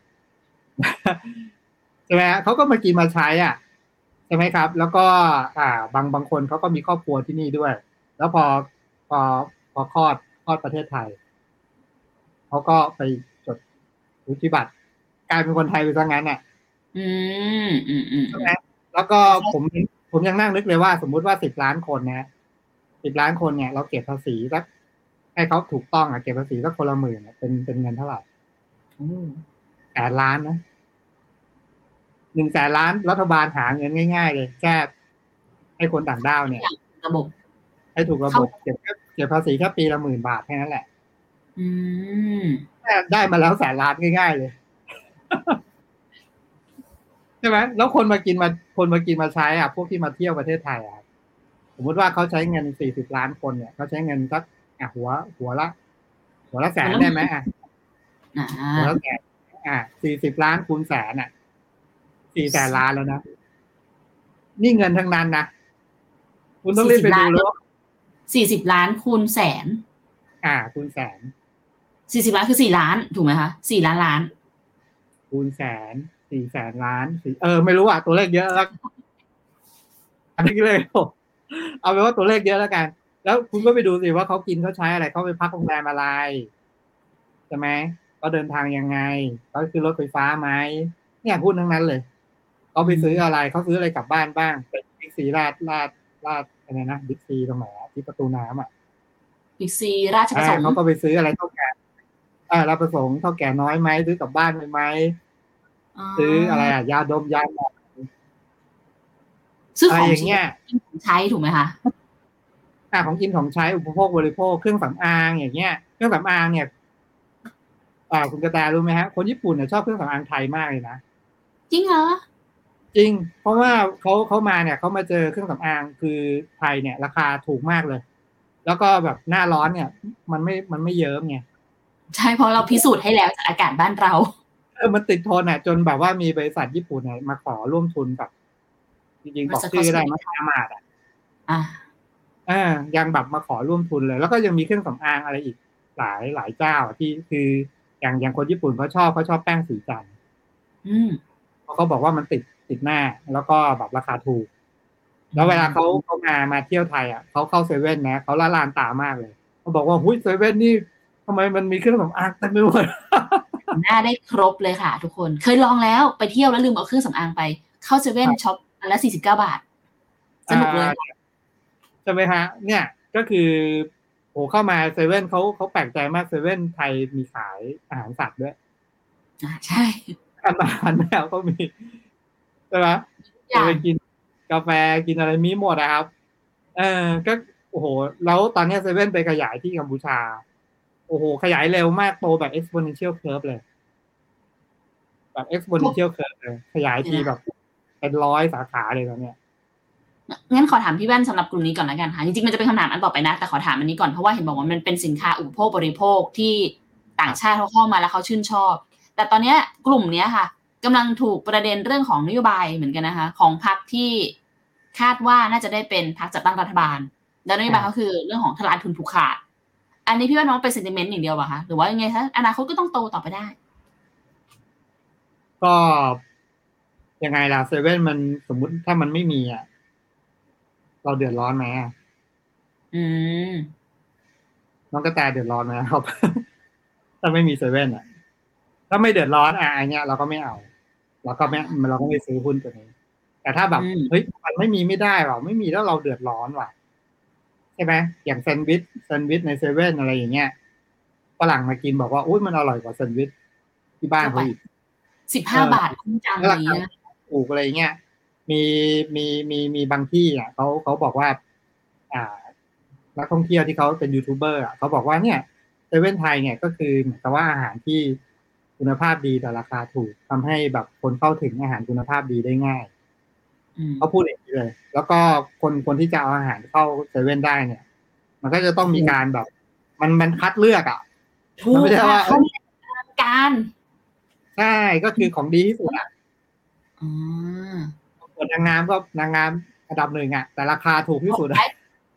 ใช่ไหมเขาก็มากินมาใช้อ่ะใช่ไหมครับแล้วก็อ่าบางบางคนเขาก็มีครอบครัวที่นี่ด้วยแล้วพอพอพอคลอดคลอดประเทศไทยเขาก็ไปจดวุฒิบัตรกลายเป็นคนไทยไปซะงั้นอ่ะอืมอืมอืมใช่ไหมแล้วก็ผมผมยังนั่งนึกเลยว่าสมมุติว่าสิบล้านคนนะสิบล้านคนเนี่ยเราเก็บภาษีสักให้เขาถูกต้องอ่ะเก็บภาษีสักคนละหมื่นเป็นเป็นเงินเท่าไหร่แสนล้านนะหนึ่งแสนล้านรัฐบาลหาเงินง่ายๆเลยแค่ให้คนต่างด้าวเนี่ยระบบให้ถูกระบบเก็บเก็บภาษีแค่ปีละหมื่นบาทแค่นั้นแหละอืมได้มาแล้วแสนล้านง่ายๆเลยใช่ไหมแล้วคนมากินมาคนมากินมาใช้อ่ะพวกที่มาเที่ยวประเทศไทยอ่ะสมมติว่าเขาใช้เงินสี่สิบล้านคนเนี่ยเขาใช้เงินสักอ่ะหัวหัวละหัวละแสนได้ไหมอ่ะหัวละแสนอ่ะสี่สิบล้านคูณแสนอ่ะสี่แสนล้านแล้วนะนี่เงินทั้งนั้นนะคุณต้องรีบไปดูแล้วสี่สิบล้านคูณแสนอ่าคูณแสนสี่สิบล้านคือสี่ล้านถูกไหมคะสี่ล้านล้านคูณแสนสี่แสนล้านสี่เออไม่รู้อ่ะตัวเลขเยอะแล้วอันนี้เลยเอาเป็นว่าตัวเลขเยอะแล้วกันแล้วคุณก็ไปดูสิว่าเขากินเขาใช้อะไรเขาไปพักโรงแรมอะไรใช่ไหมเขาเดินทางยังไงเขาคือรถไฟฟ้าไหมเนี่ยพูดทั้งนั้นเลยเขาไปซื้ออะไรเขาซื้ออะไรกลับบ้านบ้างไปบิ๊กซีลาดลาดลาดอะไรนะบิ๊กซีตรงไหนที่ประตูน้ำอ่ะบิ๊กซีราชประสงค์เขาก็ไปซื้ออะไรเท่าแก่อ่าราชประสงค์เท่าแก่น้อยไหมซื้อกลับบ้านไปไหมซื้ออะไรอ่ะยาดมยาหมองซื้อของอย่างเงี้ยใช้ถูกไหมคะอ่าของกินของใช้อุปโภคบริโภคเครื่องสำอางอย่างเงี้ยเครื่องสำอางเนี่ยอ่าคุณกระแตรู้ไหมฮะคนญี่ปุ่นเนี่ยชอบเครื่องสำอางไทยมากเลยนะจริงเหรอจริงเพราะว่าเขาเขามาเนี่ยเขามาเจอเครื่องสำอางคือไทยเนี่ยราคาถูกมากเลยแล้วก็แบบหน้าร้อนเนี่ยมันไม่มันไม่เยิ้มไงใช่เพราะเราพิสูจน์ให้แล้วจากอากาศบ้านเราเออมันติดทนอ่ะจนแบบว่ามีบริษัทญี่ปุ่นเนี่ยมาขอร่วมทุนกับจริงๆบอกชื่อได้มาอามาดอ่ะอ่าอ่ายังแบบมาขอร่วมทุนเลยแล้วก็ยังมีเครื่องสำอางอะไรอีกหลายหลายเจ้าที่คืออย่างอย่างคนญี่ปุ่นเขาชอบเขาชอบแป้งสีจันทร์อืมเพราะเขาบอกว่ามันติดติดหน้าแล้วก็แบบราคาถูกแล้วเวลาเขาเขามามาเที่ยวไทยอ่ะเขาเข้าเซเว่นนะเขาละลานตามากเลยเขาบอกว่าหุ้ยเซเว่นนี่ทำไมมันมีเครื่องสำอางเต็มไปหมดหน้าได้ครบเลยค่ะทุกคนเคยลองแล้วไปเที่ยวแล้วลืมเอาเครื่องสำอางไปเข้าเซเว่นช็อปอันละสี่สิบเก้าบาทสนุกเลยใช่ไหมฮะเนี่ยก็คือโอ้เข้ามาเซเว่นเขาเขาแปลกใจมากเซเว่นไทยมีขายอาหารสัตว์ด้วยอ่าใช่อาหารแมวก็มีใช่ไหมจะไปกินกาแฟกินอะไรมีหมดนะครับเออก็โอ้โหแล้วตอนนี้เซเว่นไปขยายที่กัมพูชาโอ้โหขยายเร็วมากโตแบบ exponential curve เลยแบบ exponential curve เลยขยายทีแบบเป็นร้อยสาขาเลยตอนเนี้ยงั้นขอถามพี่แว่นสำหรับกลุ่มนี้ก่อนแล้วกันค่ะจริงๆมันจะเป็นคำถามอันต่อไปนะแต่ขอถามอันนี้ก่อนเพราะว่าเห็นบอกว่ามันเป็นสินค้าอุปโภคบริโภคที่ต่างชาติเขาเข้ามาแล้วเขาชื่นชอบแต่ตอนนี้กลุ่มนี้ค่ะกำลังถูกประเด็นเรื่องของนโยบายเหมือนกันนะคะของพรรคที่คาดว่าน่าจะได้เป็นพรรคจัดตั้งรัฐบาลแล้วนโยบายเขาคือเรื่องของทลายทุนผูกขาดอันนี้พี่แว่นมองเป็นเซนติเมนต์อย่างเดียวป่ะคะหรือว่ายังไงคะอนาคตก็ต้องโตต่อไปได้ก็ยังไงล่ะเซเว่นมันสมมุติถ้ามันไม่มีอ่ะเราเดือดร้อนไหมอืมน้องกระแตเดือดร้อนไหมครับ ถ้าไม่มีเซเว่นอ่ะถ้าไม่เดือดร้อนอ่ะอันเนี้ยเราก็ไม่เอาเราก็ไม่เราก็ไม่ซื้อหุ้นตัวนี้แต่ถ้าแบบเฮ้ยมันไม่มีไม่ได้หรอไม่มีแล้วเราเดือดร้อนว่ะใช่ไหมอย่างแซนด์วิชแซนด์วิชในเซเว่นอะไรอย่างเงี้ยฝรั่งมากินบอกว่าอุ้ยมันอร่อยกว่าแซนด์วิชที่บ้านเขาอีกสิบห้าบาทคุ้มจังอะไรเงี้ยถูกอะไรเงี้ยมีมีมีมีบางที่อ่ะเขาเขาบอกว่าอ่านักท่องเที่ยวที่เขาเป็นยูทูบเบอร์อ่ะเขาบอกว่าเนี่ยเซเว่นไทยเนี่ยก็คือเหมือนกับว่าอาหารที่คุณภาพดีแต่ราคาถูกทำให้แบบคนเข้าถึงอาหารคุณภาพดีได้ง่ายเขาพูดอย่างนี้เลยแล้วก็คนคนที่จะเอาอาหารเข้าเซเว่นได้เนี่ยมันก็จะต้องมีการแบบมันมันคัดเลือกอ่ะมันไม่ใช่ว่าการใช่ก็คือของดีที่สุดอ่ะส่วนนางงามก็นางงามอันดับหนึ่งอ่ะแต่ราคาถูกที่สุดอ่ะ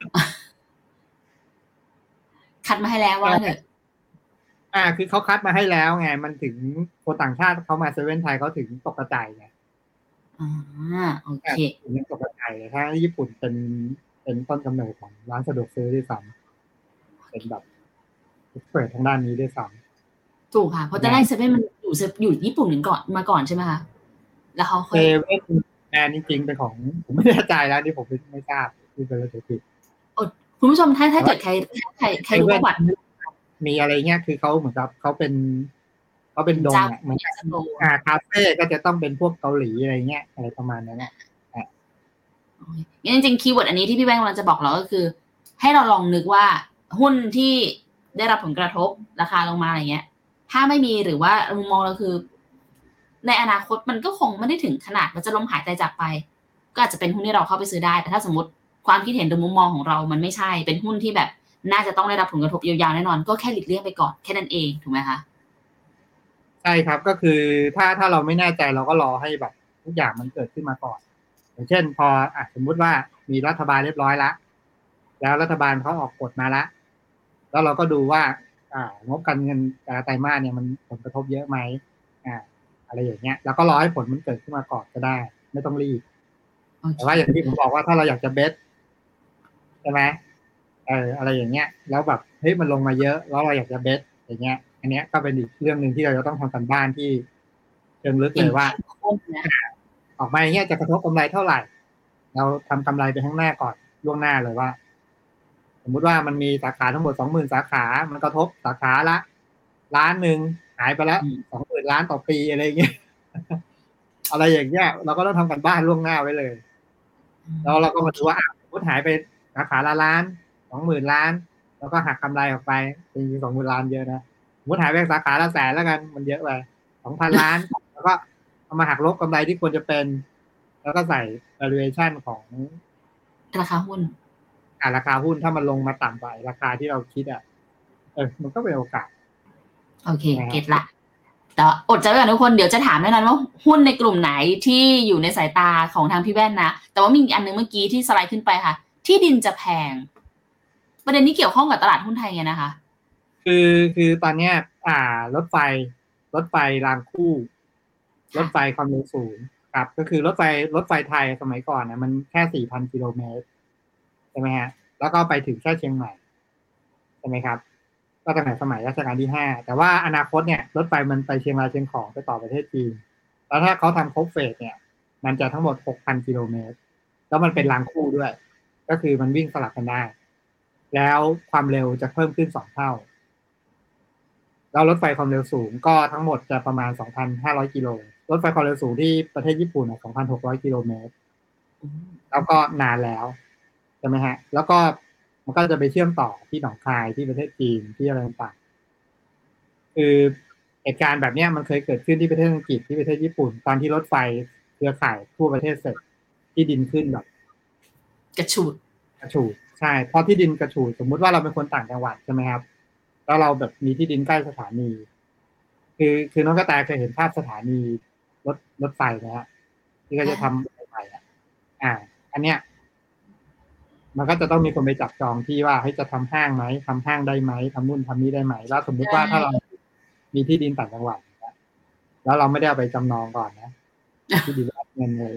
คัดมาให้แล้วว่าเถอะอ่าคือเขาคัดมาให้แล้วไงมันถึงคนต่างชาติเขามาเซเว่นไทยเขาถึงตกกระจายไงอ่าโอเคถึงตกกระจายเลยถ้าญี่ปุ่นเป็นเป็นต้นกำเนิดของร้านสะดวกซื้อด้วยซ้ำเป็นแบบเปิดทางด้านนี้ด้วยซ้ำถูกค่ะเพราะจะได้เซเว่นมันอยู่อยู่ญี่ปุ่นหนึ่งก่อนมาก่อนใช่ไหมคะแล้วเขาเซเว่นแบรนด์จริงๆเป็นของผมไม่แน่ใจแล้วที่ผมไม่ทราบที่เป็นเรื่องผิดคุณผู้ชมถ้าถ้าเกิดใครใครใครรู้ประวัติมีอะไรเงี้ยคือเขาเหมือนกับเขาเป็นเขาเป็นดงอ่ะเหมือนอ่าคาเฟ่ก็จะต้องเป็นพวกเกาหลีอะไรเงี้ยอะไรประมาณนั้นแหละงั้นจริงๆคีย์เวิร์ดอันนี้ที่พี่แบงค์กำลังจะบอกเราก็คือให้เราลองนึกว่าหุ้นที่ได้รับผลกระทบราคาลงมาอะไรเงี้ยถ้าไม่มีหรือว่ามุมมองเราคือในอนาคตมันก็คงไม่ได้ถึงขนาดมันจะล้มหายตายจากไปก็อาจจะเป็นหุ้นที่เราเข้าไปซื้อได้แต่ถ้าสมมติความคิดเห็นหรือมุมมองของเรามันไม่ใช่เป็นหุ้นที่แบบน่าจะต้องได้รับผลกระทบยาวๆแน่นอนก็แค่หลีกเลี่ยงไปก่อนแค่นั้นเองถูกไหมคะใช่ครับก็คือถ้าถ้าเราไม่แน่ใจเราก็รอให้แบบทุกอย่างมันเกิดขึ้นมาก่อนอย่างเช่นพออ่ะสมมุติว่ามีรัฐบาลเรียบร้อยแล้วแล้วรัฐบาลเขาออกกฎมาแล้วแล้วเราก็ดูว่าอ่างบการเงินแต่ละไตรมาสเนี่ยมันผลกระทบเยอะไหมอ่าอะไรอย่างเงี้ยแล้วก็รอให้ผลมันเกิดขึ้นมาก่อนก็ได้ไม่ต้องรีบแต่ว่าอย่างที่ผมบอกว่าถ้าเราอยากจะเบสใช่ไหมเอออะไรอย่างเงี้ยแล้วแบบเฮ้ยมันลงมาเยอะแล้วเราอยากจะเบสอย่างเงี้ยอันเนี้ยก็เป็นอีกเรื่องหนึ่งที่เราจะต้องทำกันบ้านที่เชิงลึกเลยว่าออกมาอย่างเงี้ยจะกระทบกำไรเท่าไหร่เราทำกำไรไปข้างหน้าก่อนล่วงหน้าเลยว่าสมมุติว่ามันมีสาขาทั้งหมดสองหมื่นสาขามันกระทบสาขาละล้านหนึ่งหายไปแล้วสองหมื่นล้านต่อปีอะไรอย่างเงี้ยอะไรอย่างเงี้ยเราก็ต้องทำกันบ้านล่วงหน้าไว้เลยแล้วเราก็มาดูว่าสมมติหายไปสาขาละล้านสองหมื่นล้านแล้วก็หักกำไรออกไปจริงๆสองหมื่นล้านเยอะนะสมมติหายไปสาขาละแสนแล้วกันมันเยอะไปสองพันล้านแล้วก็เอามาหักลบกำไรที่ควรจะเป็นแล้วก็ใส่ valuation ของราคาหุ้นอ่าราคาหุ้นถ้ามันลงมาต่ำไปราคาที่เราคิดอ่ะเออมันก็เป็นโอกาสโอเคเก็ตละแต่อดใจไว้ก่อนทุกคนเดี๋ยวจะถามแน่นอนว่าหุ้นในกลุ่มไหนที่อยู่ในสายตาของทางพี่แว่นนะแต่ว่ามีอีกอันนึงเมื่อกี้ที่สไลด์ขึ้นไปค่ะที่ดินจะแพงประเด็นนี้เกี่ยวข้องกับตลาดหุ้นไทยไงนะคะคือคือตอนเนี้ยอ่ารถไฟรถไฟรางคู่รถไฟความเร็วสูงครับก็คือรถไฟรถไฟไทยสมัยก่อนนะมันแค่ สี่พัน กิโลเมตรใช่ไหมฮะแล้วก็ไปถึงแค่เชียงใหม่ใช่ไหมครับก็ตั้งแต่สมัยรัชกาลที่ห้าแต่ว่าอนาคตเนี่ยรถไฟมันไปเชียงรายเชียงของไปต่อประเทศจีนแล้วถ้าเขาทำครบเฟสเนี่ยมันจะทั้งหมด หกพัน กิโลเมตรแล้วมันเป็นรางคู่ด้วยก็คือมันวิ่งสลับกันได้แล้วความเร็วจะเพิ่มขึ้นสองเท่าแล้วรถไฟความเร็วสูงก็ทั้งหมดจะประมาณ สองพันห้าร้อย กิโลรถไฟความเร็วสูงที่ประเทศญี่ปุ่นอ่ะ สองพันหกร้อย กิโลเมตรแล้วก็นานแล้วใช่ไหมฮะแล้วก็มันก็จะไปเชื่อมต่อที่หนองคายที่ประเทศจีนที่อะไรต่างๆคือเหตุการณ์แบบนี้มันเคยเกิดขึ้นที่ประเทศอังกฤษที่ประเทศญี่ปุ่นตอนที่รถไฟเครือข่ายทั่วประเทศเสร็จที่ดินขึ้นแบบกระชูดกระฉูดใช่เพราะที่ดินกระฉูดสมมุติว่าเราเป็นคนต่างจังหวัดใช่ไหมครับแล้วเราแบบมีที่ดินใกล้สถานีคือคือน้องกระแตเคยเห็นภาพสถานีรถรถไฟนะฮะที่เขาจะทำใหม่ๆอ่ะอ่า อันเนี้ยมันก็จะต้องมีคนไปจับจองที่ว่าให้จะทำห้างไหมทำห้างได้ไหมทำนู่นทำนี่ได้ไหมแล้วสมมุติว่าถ้าเรามีที่ดินต่างจังหวัดแล้วเราไม่ได้เอาไปจำนองก่อนนะที่ดินรับเงินเลย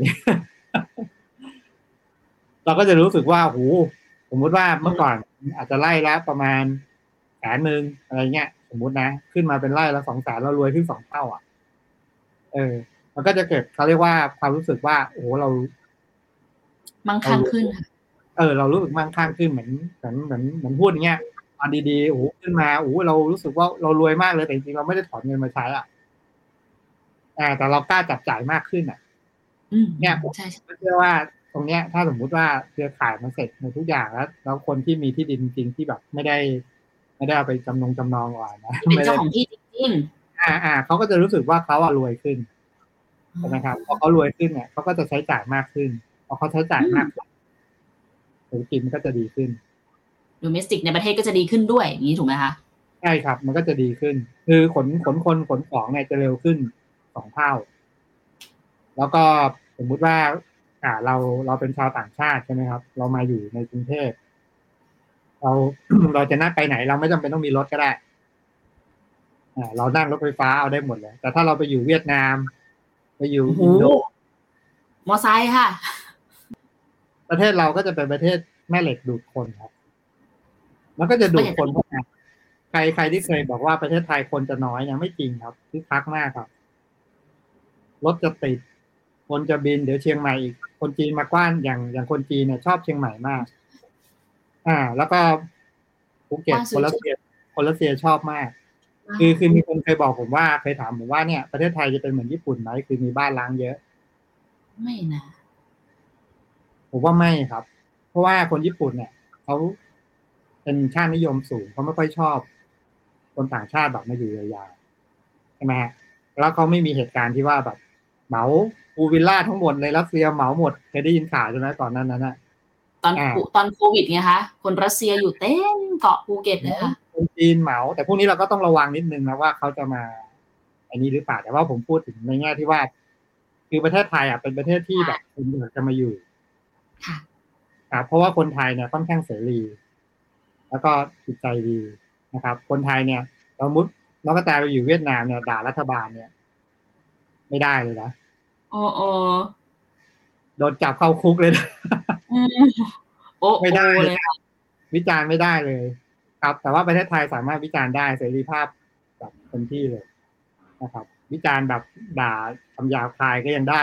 เราก็จะรู้สึกว่าโหสมมุติว่าเมื่อก่อนอาจจะไล่ละประมาณแสนหนึ่งอะไรเงี้ยสมมุตินะขึ้นมาเป็นไล่ละสองแสนเรารวยขึ้นสองเท่าอ่ะเออมันก็จะเกิดเขาเรียกว่าความรู้สึกว่าโอ้โหเรามั่งคั่งขึ้นเออเรารู้สึกมั่งคั่งขึ้นเหมือนเหมือนเหมือนเหมือนพูดอย่างเงี้ยตอนดีๆโอ้โหขึ้นมาโอ้โหเรารู้สึกว่าเรารวยมากเลยแต่จริงๆเราไม่ได้ถอนเงินมาใช้อ่ะอ่าแต่เรากล้าจับจ่ายมากขึ้นอ่ะเนี่ยผมเชื่อว่าตรงเนี้ยถ้าสมมุติว่าเครือข่ายมันเสร็จในทุกอย่างแล้วแล้วคนที่มีที่ดินจริงที่แบบไม่ได้ไม่ได้เอาไปจำนงจำนองก่อนนะเป็นเจ้าของที่จริงๆอ่าอ่าเขาก็จะรู้สึกว่าเขาอะรวยขึ้นใช่ไหมครับพอเขารวยขึ้นเนี่ยเขาก็จะใช้จ่ายมากขึ้นพอเขาใช้จ่ายมากขึ้นเศรษฐกิจมันก็จะดีขึ้นโดเมสติกในประเทศก็จะดีขึ้นด้วยอย่างนี้ถูกไหมคะใช่ครับมันก็จะดีขึ้นคือขนขนคนขนของเนี่ยจะเร็วขึ้นสองเท่าแล้วก็สมมุติว่าอ่าเราเราเป็นชาวต่างชาติใช่ไหมครับเรามาอยู่ในกรุงเทพเรา เราจะนั่งไปไหนเราไม่จำเป็นต้องมีรถก็ได้อ่าเรานั่งรถไฟฟ้าเอาได้หมดเลยแต่ถ้าเราไปอยู่เวียดนามไปอยู่อินโดมอไซค์ค่ะประเทศเราก็จะเป็นประเทศแม่เหล็กดูดคนครับมันก็จะดูดคนเข้ามาใครใครที่เคยบอกว่าประเทศไทยคนจะน้อยเนี่ยไม่จริงครับคึกคักมากครับรถจะติดคนจะบินเดี๋ยวเชียงใหม่อีกคนจีนมากว้านอย่างอย่างคนจีนเนี่ยชอบเชียงใหม่มากอ่าแล้วก็ภูเก็ตคนรัสเซียคนรัสเซียชอบมากคือคือมีคนเคยบอกผมว่าเคยถามผมว่าเนี่ยประเทศไทยจะเป็นเหมือนญี่ปุ่นไหมคือมีบ้านล้างเยอะไม่นะผมว่าไม่ครับ เพราะว่าคนญี่ปุ่นเนี่ยเขาเป็นชาตินิยมสูงเขาไม่ค่อยชอบคนต่างชาติแบบมาอยู่ยาวๆใช่ไหมฮะแล้วเขาไม่มีเหตุการณ์ที่ว่าแบบเหมาพูลวิลล่าทั้งหมดในรัสเซียเหมาหมดเคยได้ยินข่าวใช่ไหมก่อนนั้นนั้นตอนตอนโควิดไงคะคนรัสเซียอยู่เต็มเกาะภูเก็ตเลยค่ะคนจีนเหมาแต่พวกนี้เราก็ต้องระวังนิดนึงนะว่าเขาจะมาอันนี้หรือเปล่าแต่ว่าผมพูดถึงในแง่ที่ว่าคือประเทศไทยอ่ะเป็นประเทศที่แบบคนอยากจะมาอยู่ค่ะครับเพราะว่าคนไทยเนี่ยค่อนข้างเสรีแล้วก็จิตใจดีนะครับคนไทยเนี่ยสมมติเราก็แต่ไปอยู่เวียดนามเนี่ยด่ารัฐบาลเนี่ยไม่ได้เลยนะโอ้โอโดนจับเข้าคุกเลยนะโอ้ไม่ได้เลยวิจารณ์ไม่ได้เลยครับแต่ว่าประเทศไทยสามารถวิจารณ์ได้เสรีภาพแบบเต็มที่เลยนะครับวิจารณ์แบบด่าคำหยาบคายก็ยังได้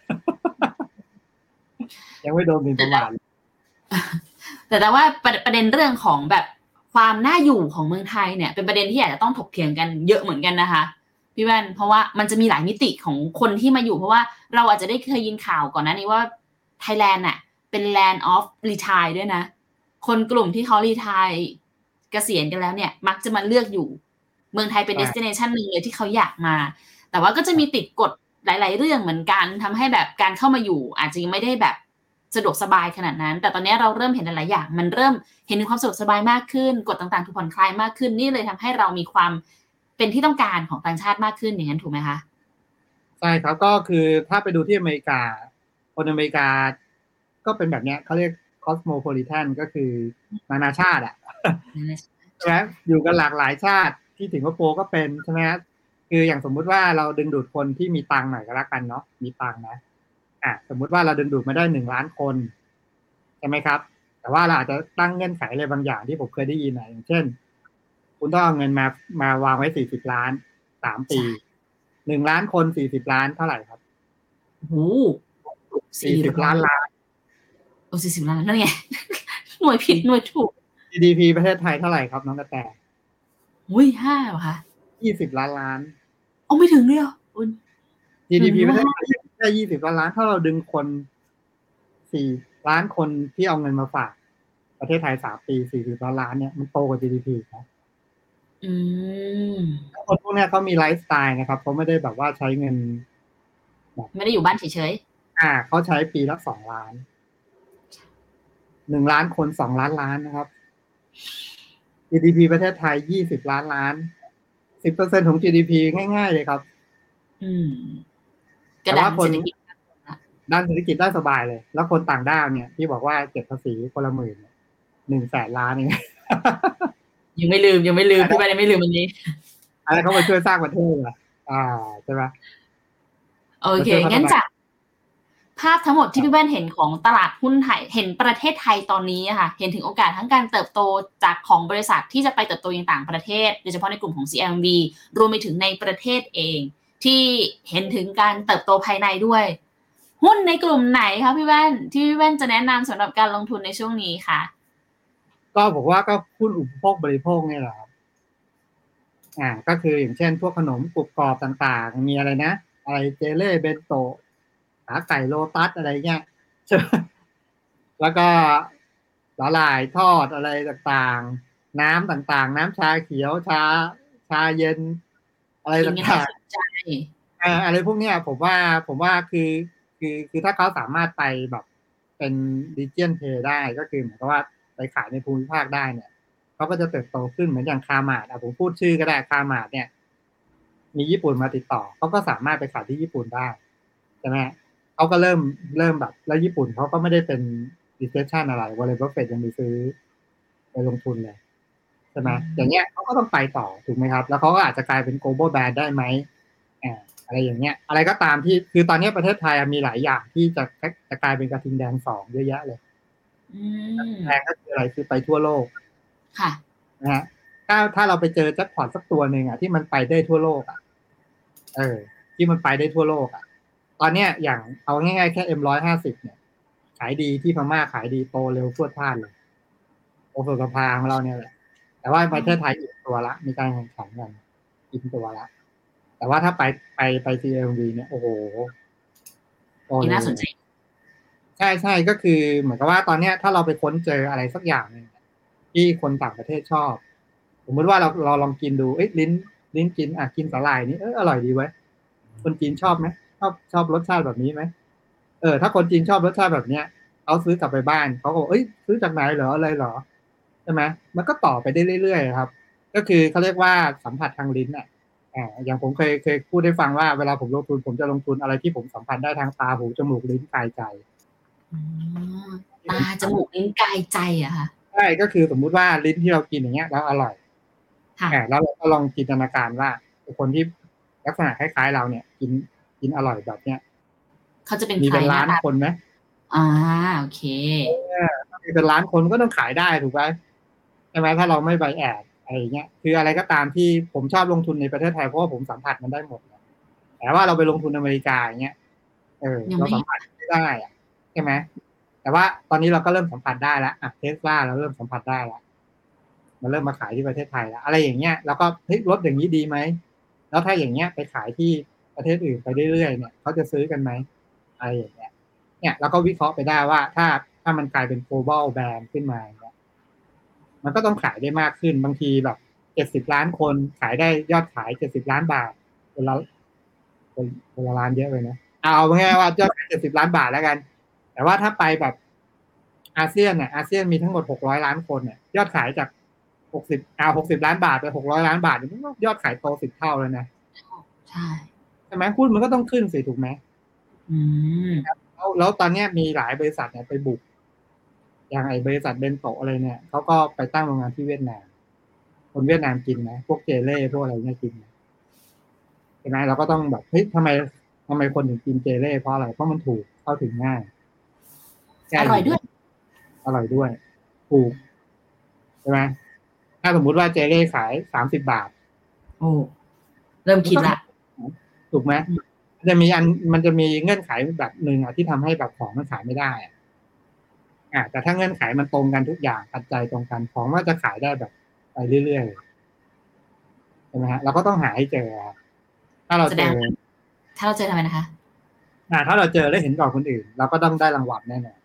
ยังไม่โดนหมิ่นประมาทแต่แต่ว่าประเด็นเรื่องของแบบความน่าอยู่ของเมืองไทยเนี่ยเป็นประเด็นที่อาจจะต้องถกเถียงกันเยอะเหมือนกันนะคะพี่แว่นเพราะว่ามันจะมีหลายมิติของคนที่มาอยู่เพราะว่าเราอาจจะได้เคยยินข่าวก่อนหน้านี้ว่าไทยแลนด์น่ะเป็น land of retire ด้วยนะคนกลุ่มที่เขา retire เกษียณกันแล้วเนี่ยมักจะมาเลือกอยู่เมืองไทยเป็น destination นึงเลยที่เขาอยากมาแต่ว่าก็จะมีติดกฎหลายๆเรื่องเหมือนกันทำให้แบบการเข้ามาอยู่อาจจะยังไม่ได้แบบสะดวกสบายขนาดนั้นแต่ตอนนี้เราเริ่มเห็นหลายๆอย่างมันเริ่มเห็นถึงความสะดวกสบายมากขึ้นกฎต่างๆถูกผ่อนคลายมากขึ้นนี่เลยทำให้เรามีความเป็นที่ต้องการของต่างชาติมากขึ้นอย่างนั้นถูกไหมคะใช่ครับก็คือถ้าไปดูที่อเมริกาคนอเมริกาก็เป็นแบบนี้เขาเรียก cosmopolitan ก็คือนานาชาติอ่ะใช่ไหมอยู่กันหลากหลายชาติที่สิงคโปร์ก็เป็นใช่ไหมคืออย่างสมมุติว่าเราดึงดูดคนที่มีตังค์หน่อยก็แล้วกันเนาะมีตังค์นะอ่ะสมมุติว่าเราดึงดูดมาได้หนึ่งล้านคนใช่ไหมครับแต่ว่าเราอาจจะตั้งเงื่อนไขอะไรบางอย่างที่ผมเคยได้ยินนะอย่างเช่นคุณต้องเอาเงินมามาวางไว้สี่สิบล้านสามปีหนึ่งล้านคนสี่สิบล้านเท่าไหร่ครับโอ้โหสี่สิบล้านล้านโอ้สี่สิบล้านนั่นไงหน่วยผิดหน่วยถูกจี ดี พี ประเทศไทยเท่าไหร่ครับน้องกระแตอุ้ยห้าเหรอคะยี่สิบล้านล้านอ๋อไม่ถึงเลยเหรอจี ดี พี ประเทศไทยแค่ยี่สิบล้านล้านถ้าเราดึงคนสี่ล้านคนที่เอาเงินมาฝากประเทศไทยสามปีสี่สิบล้านล้านเนี่ยมันโตกว่า จี ดี พี ครับอืมคนพวกเนี้ยเขามีไลฟ์สไตล์นะครับเขาไม่ได้แบบว่าใช้เงินไม่ได้อยู่บ้านเฉยๆอ่าเขาใช้ปีละสองล้านหนึ่งล้านคนสองล้านล้านนะครับ จี ดี พี ประเทศไทยยี่สิบล้านล้าน สิบเปอร์เซ็นต์ ของ จี ดี พี ง่ายๆเลยครับอืมกระดานเศรษฐกิจด้านเศรษฐกิจได้สบายเลยแล้วคนต่างด้าวเนี่ยที่บอกว่าเก็บภาษีคนละหมื่นหนึ่งแสนล้านเองยังไม่ลืมยังไม่ลืมพี่แบงค์ยังไม่ลืมวันนี้อะไรเขามาช่วยสร้างประเทศอ่ะอ่าใช่ไหมโอเคงั้นจากภาพทั้งหมดที่พี่แว่นเห็นของตลาดหุ้นไทยเห็นประเทศไทยตอนนี้ค่ะเห็นถึงโอกาสทั้งการเติบโตจากของบริษัทที่จะไปเติบโตยังต่างประเทศโดยเฉพาะในกลุ่มของ ซี เอ็ม วี รวมไปถึงในประเทศเองที่เห็นถึงการเติบโตภายในด้วยหุ้นในกลุ่มไหนคะพี่แว่นที่พี่แว่นจะแนะนำสำหรับการลงทุนในช่วงนี้ค่ะก็บอกว่าก็หุ้นอุปโภคบริโภคนี่แหละครับอ่าก็คืออย่างเช่นพวกขนมกรุบกรอบต่างๆมีอะไรนะอะไรเจเล่เบนโตะขาไก่โลตัสอะไรเงี้ยใช่แล้วก็สาหร่ายทอดอะไรต่างๆน้ำต่างๆน้ำชาเขียวชาชาเย็นอะไรต่างๆอ่าอะไรพวกเนี้ยผมว่าผมว่าคือคือคือถ้าเขาสามารถไปแบบเป็นดิจิทัลเพย์ได้ก็คือเหมือนกับว่าไปขายในภูมิภาคได้เนี่ยเขาก็จะเติบโตขึ้นเหมือนอย่างคามาร์ทอ่ะผมพูดชื่อก็ได้คามาร์ทเนี่ยมีญี่ปุ่นมาติดต่อเขาก็สามารถไปขายที่ญี่ปุ่นได้ใช่ไหมเขาก็เริ่มเริ่มแบบแล้วญี่ปุ่นเขาก็ไม่ได้เป็น recession อะไรวอร์เรน บัฟเฟตต์ยังไปซื้อไปลงทุนเลยใช่ไหมอย่างเงี้ยเขาก็ต้องไปต่อถูกไหมครับแล้วเขาก็อาจจะกลายเป็น global brand ได้ไหมอ่าอะไรอย่างเงี้ยอะไรก็ตามที่คือตอนนี้ประเทศไทยมีหลายอย่างที่จะจะกลายเป็นกระทิงแดงสองเยอะแยะเลยแดงก็คืออะไรคือไปทั่วโลกค่ะนะฮะถ้าถ้าเราไปเจอแจ็คพอตสักตัวหนึ่งอ่ะที่มันไปได้ทั่วโลกอ่ะเออที่มันไปได้ทั่วโลกอ่ะตอนเนี้ยอย่างเอาง่ายๆแค่ เอ็ม หนึ่งร้อยห้าสิบ เนี่ยขายดีที่พม่าขายดีโตเร็วพรวดพลาดเลยโอเฟอร์กระพาของเราเนี่ยแหละแต่ว่าประเทศไทยอิ่มตัวละมีการแข่งขันกันอิ่มตัวละแต่ว่าถ้าไปไปไป ซี เอ็ม วี เนี่ยโอ้โหโอ้น่าสนใจใช่ใช่ก็คือเหมือนกับว่าตอนเนี้ยถ้าเราไปค้นเจออะไรสักอย่างนึงที่คนต่างประเทศชอบสมมติว่าเราเราลองกินดูเอ้ยลิ้นลิ้นกินอ่ะกินสาหร่ายนี่เอออร่อยดีเว้ยคนจีนชอบไหมชอบชอบรสชาติแบบนี้ไหมเออถ้าคนจีนชอบรสชาติแบบเนี้ยเขาซื้อกลับไปบ้านเขาก็บอกเอ้ยซื้อจากไหนเหรออะไรเหรอใช่ไหมมันก็ต่อไปได้เรื่อยๆครับก็คือเขาเรียกว่าสัมผัสทางลิ้นอ่ะอ่าอย่างผมเคยเคยพูดให้ฟังว่าเวลาผมลงทุนผมจะลงทุนอะไรที่ผมสัมผัสได้ทางตาหูจมูกลิ้นกายใจตาจมูกลิ้นกายใจอะค่ะใช่ก็คือสมมุติว่าลิ้นที่เรากินอย่างเงี้ยแล้วอร่อยค่ะแล้วเราก็ลองจินตนาการว่าคนที่ลักษณะคล้ายๆเราเนี่ยกินกินอร่อยแบบเนี้ยเขาจะเป็นมีเป็นล้านคนไหมอ่าโอเคมีเป็นล้านคนก็ต้องขายได้ถูกไหมใช่ไหมถ้าเราไม่ไบแอดอะไรเงี้ยคืออะไรก็ตามที่ผมชอบลงทุนในประเทศไทยเพราะว่าผมสัมผัสมันได้หมดแต่ว่าเราไปลงทุนอเมริกาอย่างเงี้ยเออเราสัมผัสไม่ได้อะใช่ไหมแต่ว่าตอนนี้เราก็เริ่มสัมผัสได้แล้วอ่ะเทสลาเราเริ่มสัมผัสได้แล้วมันเริ่มมาขายที่ประเทศไทยแล้วอะไรอย่างเงี้ยแล้วก็เฮ้ยรถอย่างนี้ดีไหมแล้วถ้าอย่างเงี้ยไปขายที่ประเทศอื่นไปเรื่อยๆเนี่ยเขาจะซื้อกันไหมอะไรอย่างเงี้ยเนี่ยเราก็วิเคราะห์ไปได้ว่าถ้าถ้ามันกลายเป็น global brand ขึ้นมาเนี่ยมันก็ต้องขายได้มากขึ้นบางทีแบบเจ็ดสิบล้านคนขายได้ยอดขายเจ็ดสิบล้านบาทคนละคนละล้านเยอะเลยนะเอาง่ายๆว่ายอดขายเจ็ดสิบล้านบาทแล้วกันแต่ว่าถ้าไปแบบอาเซียนเนี่ยอาเซียนมีทั้งหมดหกร้อยล้านคนเนี่ยยอดขายจากหกสิบเอาหกสิบล้านบาทไปหกร้อยล้านบาทมันก็ยอดขายโตสิบเท่าเลยนะใช่ใช่ไหมหุ้นมันก็ต้องขึ้นสิถูกไหมอืมแล้วแล้วตอนนี้มีหลายบริษัทเนี่ยไปบุกอย่างไอ้บริษัทเบนโตะอะไรเนี่ยเขาก็ไปตั้งโรงงานที่เวียดนามคนเวียดนามกินนะพวกเจเล่พวกอะไรเนี่ยกินใช่ไหมเราก็ต้องแบบเฮ้ยทำไมทำไมคนถึงกินเจเล่เพราะอะไรเพราะมันถูกเข้าถึงง่ายอร่อยด้วยอร่อยด้วยถูกใช่ไหมถ้าสมมุติว่าเจเล่ขายสามสิบบาทโอ้เริ่มคิดละถูกไหมมันจะมีอันมันจะมีเงื่อนไขแบบหนึ่งอ่ะที่ทำให้แบบของมันขายไม่ได้อ่ะแต่ถ้าเงื่อนไขมันตรงกันทุกอย่างปัจจัยตรงกันของว่าจะขายได้แบบไปเรื่อยๆใช่ไหมฮะเราก็ต้องหาให้เจอถ้าเราเจอถ้าเราเจอทำไมนะคะอ่าถ้าเราเจอแล้วเห็นก่อนคนอื่นเราก็ต้องได้รางวัลแน่นอน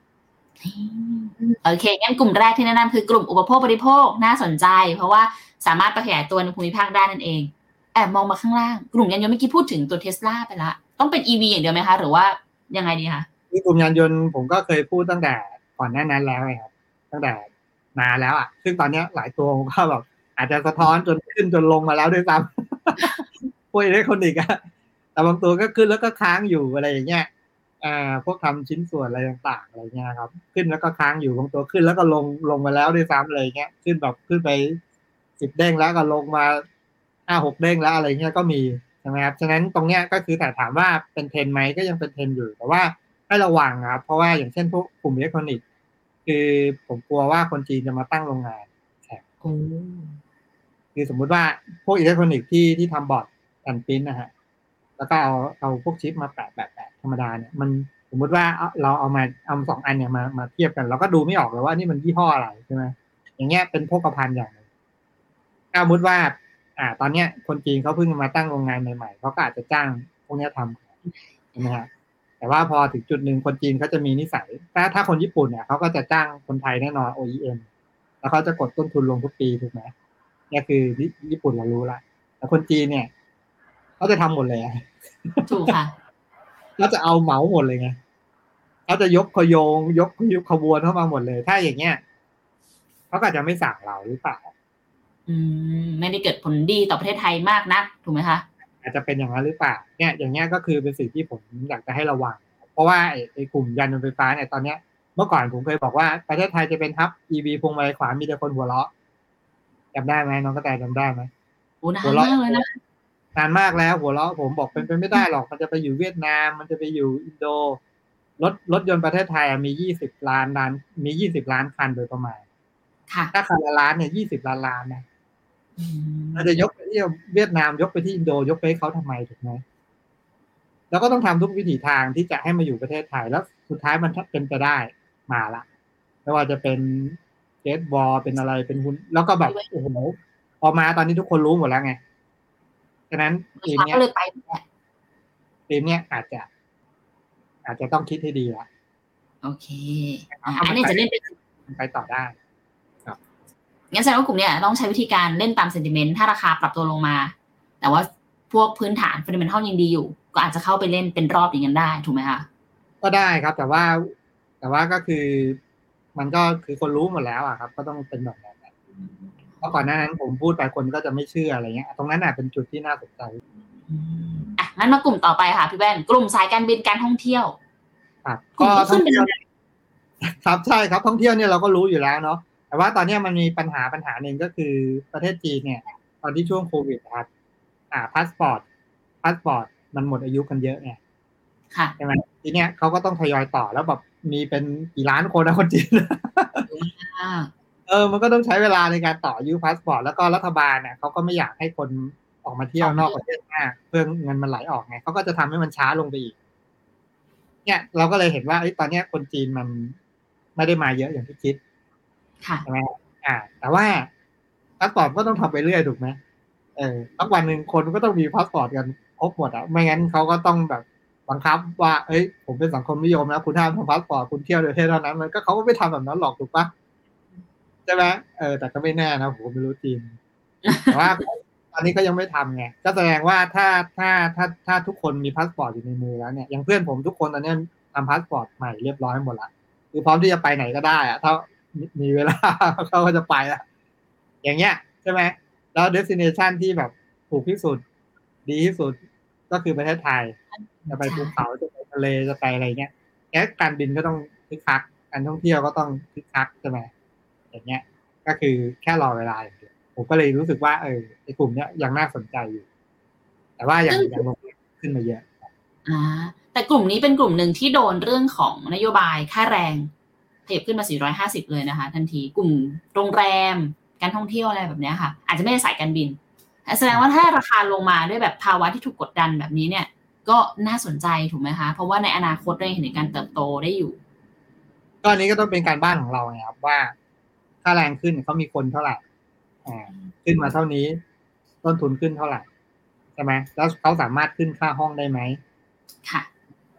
โอเคงั้นกลุ่มแรกที่แนะนำคือกลุ่มอุปโภคบริโภคน่าสนใจเพราะว่าสามารถไปขยายตัวในภูมิภาคได้นั่นเองแอบมองมาข้างล่างกลุ่มยานยนต์เมื่อกี้พูดถึงตัว Tesla ไปละต้องเป็น อี วี อย่างเดียวไหมคะหรือว่ายังไงดีคะกลุ่มยานยนต์ผมก็เคยพูดตั้งแต่ก่อนหน้านั้นแล้วครับตั้งแต่นานแล้วอ่ะซึ่งตอนนี้หลายตัวผมก็แบบอาจจะสะท้อนจนขึ้นจนลงมาแล้วด้วยซ้ำพวกอิเล็กทรอนิกส์อะแต่บางตัวก็ขึ้นแล้วก็ค้างอยู่อะไรอย่างเงี้ยอ่าพวกทำชิ้นส่วนอะไรต่างๆอะไรเงี้ยครับขึ้นแล้วก็ค้างอยู่บางตัวขึ้นแล้วก็ลงลงมาแล้วด้วยซ้ำอะไรเงี้ยขึ้นแบบขึ้นไปสิบเด้งแล้วก็ลงมาห้าหกเด้งแล้วอะไรเงี้ยก็มีใช่ไหมครับฉะนั้นตรงเนี้ยก็คือแต่ถามว่าเป็นเทรนไหมก็ยังเป็นเทรนอยู่แต่ว่าให้ระวังครับเพราะว่าอย่างเช่นพวกกลุ่มอิเล็กทรอนิกส์คือผมกลัวว่าคนจีนจะมาตั้งโรงงานแข่งคือสมมุติว่าพวกอิเล็กทรอนิกส์ที่ที่ทำบอร์ดแผ่นปริ้นนะฮะแล้วก็เอาเอาพวกชิปมาแปะแปะแปะธรรมดาเนี่ยมันสมมุติว่าเราเอามาเอาสองอันเนี่ยมามาเทียบกันเราก็ดูไม่ออกเลยว่านี่มันยี่ห้ออะไรใช่ไหมอย่างเงี้ยเป็นพวกกระพันอย่างนึงสมมติว่าอ่าตอนเนี้ยคนจีนเขาเพิ่งมาตั้งโรงงานใหม่ๆเขาก็อาจจะจ้างพวกนี้ทำใช่ไหมฮะแต่ว่าพอถึงจุดหนึ่งคนจีนเขาจะมีนิสัยถ้าถ้าคนญี่ปุ่นเนี่ยเขาก็จะจ้างคนไทยแน่นอน โอ อี เอ็ม แล้วเขาจะกดต้นทุนลงทุกปีถูกไหมนี่คือญี่ปุ่นเรารู้ละแต่คนจีนเนี่ยเขาจะทำหมดเลยถูกค่ะเขาจะเอาเหมาหมดเลยไงเขาจะยกขโยงยกยกขบวนเข้ามาหมดเลยถ้าอย่างเงี้ยเขาก็จะไม่สั่งเราหรือเปล่าอืมไม่ได้เกิดผลดีต่อประเทศไทยมากนักถูกไหมคะอาจจะเป็นอย่างนั้นหรือเปล่าเนี่ยอย่างเงี้ยก็คือเป็นสิ่งที่ผมอยากจะให้ระวังเพราะว่าไอ้ไอ้กลุ่มยานยนต์ไฟฟ้าเนี่ยตอนเนี้ยเมื่อก่อนผมเคยบอกว่าประเทศไทยจะเป็นฮับ อี วี พวงมาลัยขวามีแต่คนหัวเราะจำได้ไหมน้องกระแตจำได้ไหมโอ้นานมากเลยนะนานมากแล้วหัวเราะผมบอกเป็นไปไม่ได้หรอกมันจะไปอยู่เวียดนามมันจะไปอยู่อินโดรถรถยนต์ประเทศไทยมียี่สิบล้านล้านมียี่สิบล้านคันโดยประมาณค่ะถ้าคันละล้านเนี่ยยี่สิบล้านล้านนะเราจะยกไปที่เวียดนามยกไปที่อินโดยกไปให้เขาทำไมถูกไหมแล้วก็ต้องทำทุกวิถีทางที่จะให้มาอยู่ประเทศไทยแล้วสุดท้ายมันเป็นไปได้มาละไม่ว่าจะเป็นเจตบอลเป็นอะไรเป็นหุ้นแล้วก็แบบโอ้โหพอมาตอนนี้ทุกคนรู้หมดแล้วไงฉะนั้นทีมเนี้ยทีมเนี้ยอาจจะอาจจะต้องคิดให้ดีละโอเคอันนี้จะเล่นไปต่อได้ครับงั้นแสดงว่ากลุ่มเนี้ยต้องใช้วิธีการเล่นตามเซนติเมนต์ถ้าราคาปรับตัวลงมาแต่ว่าพวกพื้นฐานฟันดัเมนทัลยังดีอยู่ก็อาจจะเข้าไปเล่นเป็นรอบอย่างนั้นได้ถูกไหมคะก็ได้ครับแต่ว่าแต่ว่าก็คือมันก็คือคนรู้หมดแล้วอะครับก็ต้องเป็นแบบนั้นเพราะก่อนหน้านั้นผมพูดไปคนก็จะไม่เชื่ออะไรเงี้ยตรงนั้นน่ะเป็นจุดที่น่าสนใจอ่ะงั้นมากลุ่มต่อไปค่ะพี่แว่นกลุ่มสายการบินการท่องเที่ยวครับก็ท่องเที่ยวครับใช่ครับท่องเที่ยวเนี่ยเราก็รู้อยู่แล้วเนาะแต่ว่าตอนนี้มันมีปัญหาปัญหาหนึ่งก็คือประเทศจีนเนี่ยตอนที่ช่วงโควิดครับอ่าพาสปอร์ตพาสปอร์ตมันหมดอายุกันเยอะไงค่ะใช่ไหมทีเนี้ยเขาก็ต้องทยอยต่อแล้วแบบมีเป็นกี่ล้านคนนะคนจีนเออมันก็ต้องใช้เวลาในการต่ออายุพาสปอร์ตแล้วก็รัฐบาลเนี่ยเขาก็ไม่อยากให้คนออกมาเที่ยวนอกประเทศมากเพื่อเงินมันไหลออกไงเขาก็จะทำให้มันช้าลงไปอีกเนี่ยเราก็เลยเห็นว่าไอ้ตอนนี้คนจีนมันไม่ได้มาเยอะอย่างที่คิดใช่ไหมอ่าแต่ว่าพาสปอร์ตก็ต้องทำไปเรื่อยถูกไหมเออสักวันหนึ่งคนก็ต้องมีพาสปอร์ตกันครบหมดอ่ะไม่งั้นเขาก็ต้องแบบบังคับว่าเอ้ยผมเป็นสังคมนิยมนะคุณห้ามทำพาสปอร์ตคุณเที่ยวในประเทศเท่านั้นมันก็เขาก็ไม่ทำแบบนั้นหรอกถูกปะใช่ไหมเออแต่ก็ไม่แน่นะผมก็ไม่รู้จริงแต่ว่าตอนนี้ก็ยังไม่ทำไงก็แสดงว่าถ้าถ้าถ้าถ้าทุกคนมีพาสปอร์ตอยู่ในมือแล้วเนี่ยอย่างเพื่อนผมทุกคนตอนนี้ทำพาสปอร์ตใหม่เรียบร้อยหมดละคือพร้อมที่จะไปไหนก็ได้อะถ้ามีเวลาเขาก็จะไปละอย่างเงี้ยใช่ไหมแล้ว destination ที่แบบถูกที่สุดดีที่สุดก็คือประเทศไทยจะไปภูเขาจะไปทะเลจะไปอะไรเงี้ยแค่การบินก็ต้องคึกคักการท่องเที่ยวก็ต้องคึกคักใช่ไหมอย่างเงี้ยก็คือแค่รอเวลาอย่างเดียวผมก็เลยรู้สึกว่าเออไอ้กลุ่มเนี้ยยังน่าสนใจอยู่แต่ว่ายังยังลงขึ้นมาเยอะอ่าแต่กลุ่มนี้เป็นกลุ่มหนึ่งที่โดนเรื่องของนโยบายค่าแรงขยับขึ้นมาสี่ร้อยห้าสิบเลยนะคะทันทีกลุ่มโรงแรมการท่องเที่ยวอะไรแบบนี้ค่ะอาจจะไม่ได้สายการบินแสดงว่าถ้าราคาลงมาด้วยแบบภาวะที่ถูกกดดันแบบนี้เนี่ยก็น่าสนใจถูกไหมคะเพราะว่าในอนาคตเราเห็นการเติบโตได้อยู่ก็อันนี้ก็ต้องเป็นการบ้านของเราไงครับว่าค่าแรงขึ้นเขามีคนเท่าไหร่อ่าขึ้นมาเท่านี้ต้นทุนขึ้นเท่าไหร่ใช่ไหมแล้วเขาสามารถขึ้นค่าห้องได้ไหมค่ะ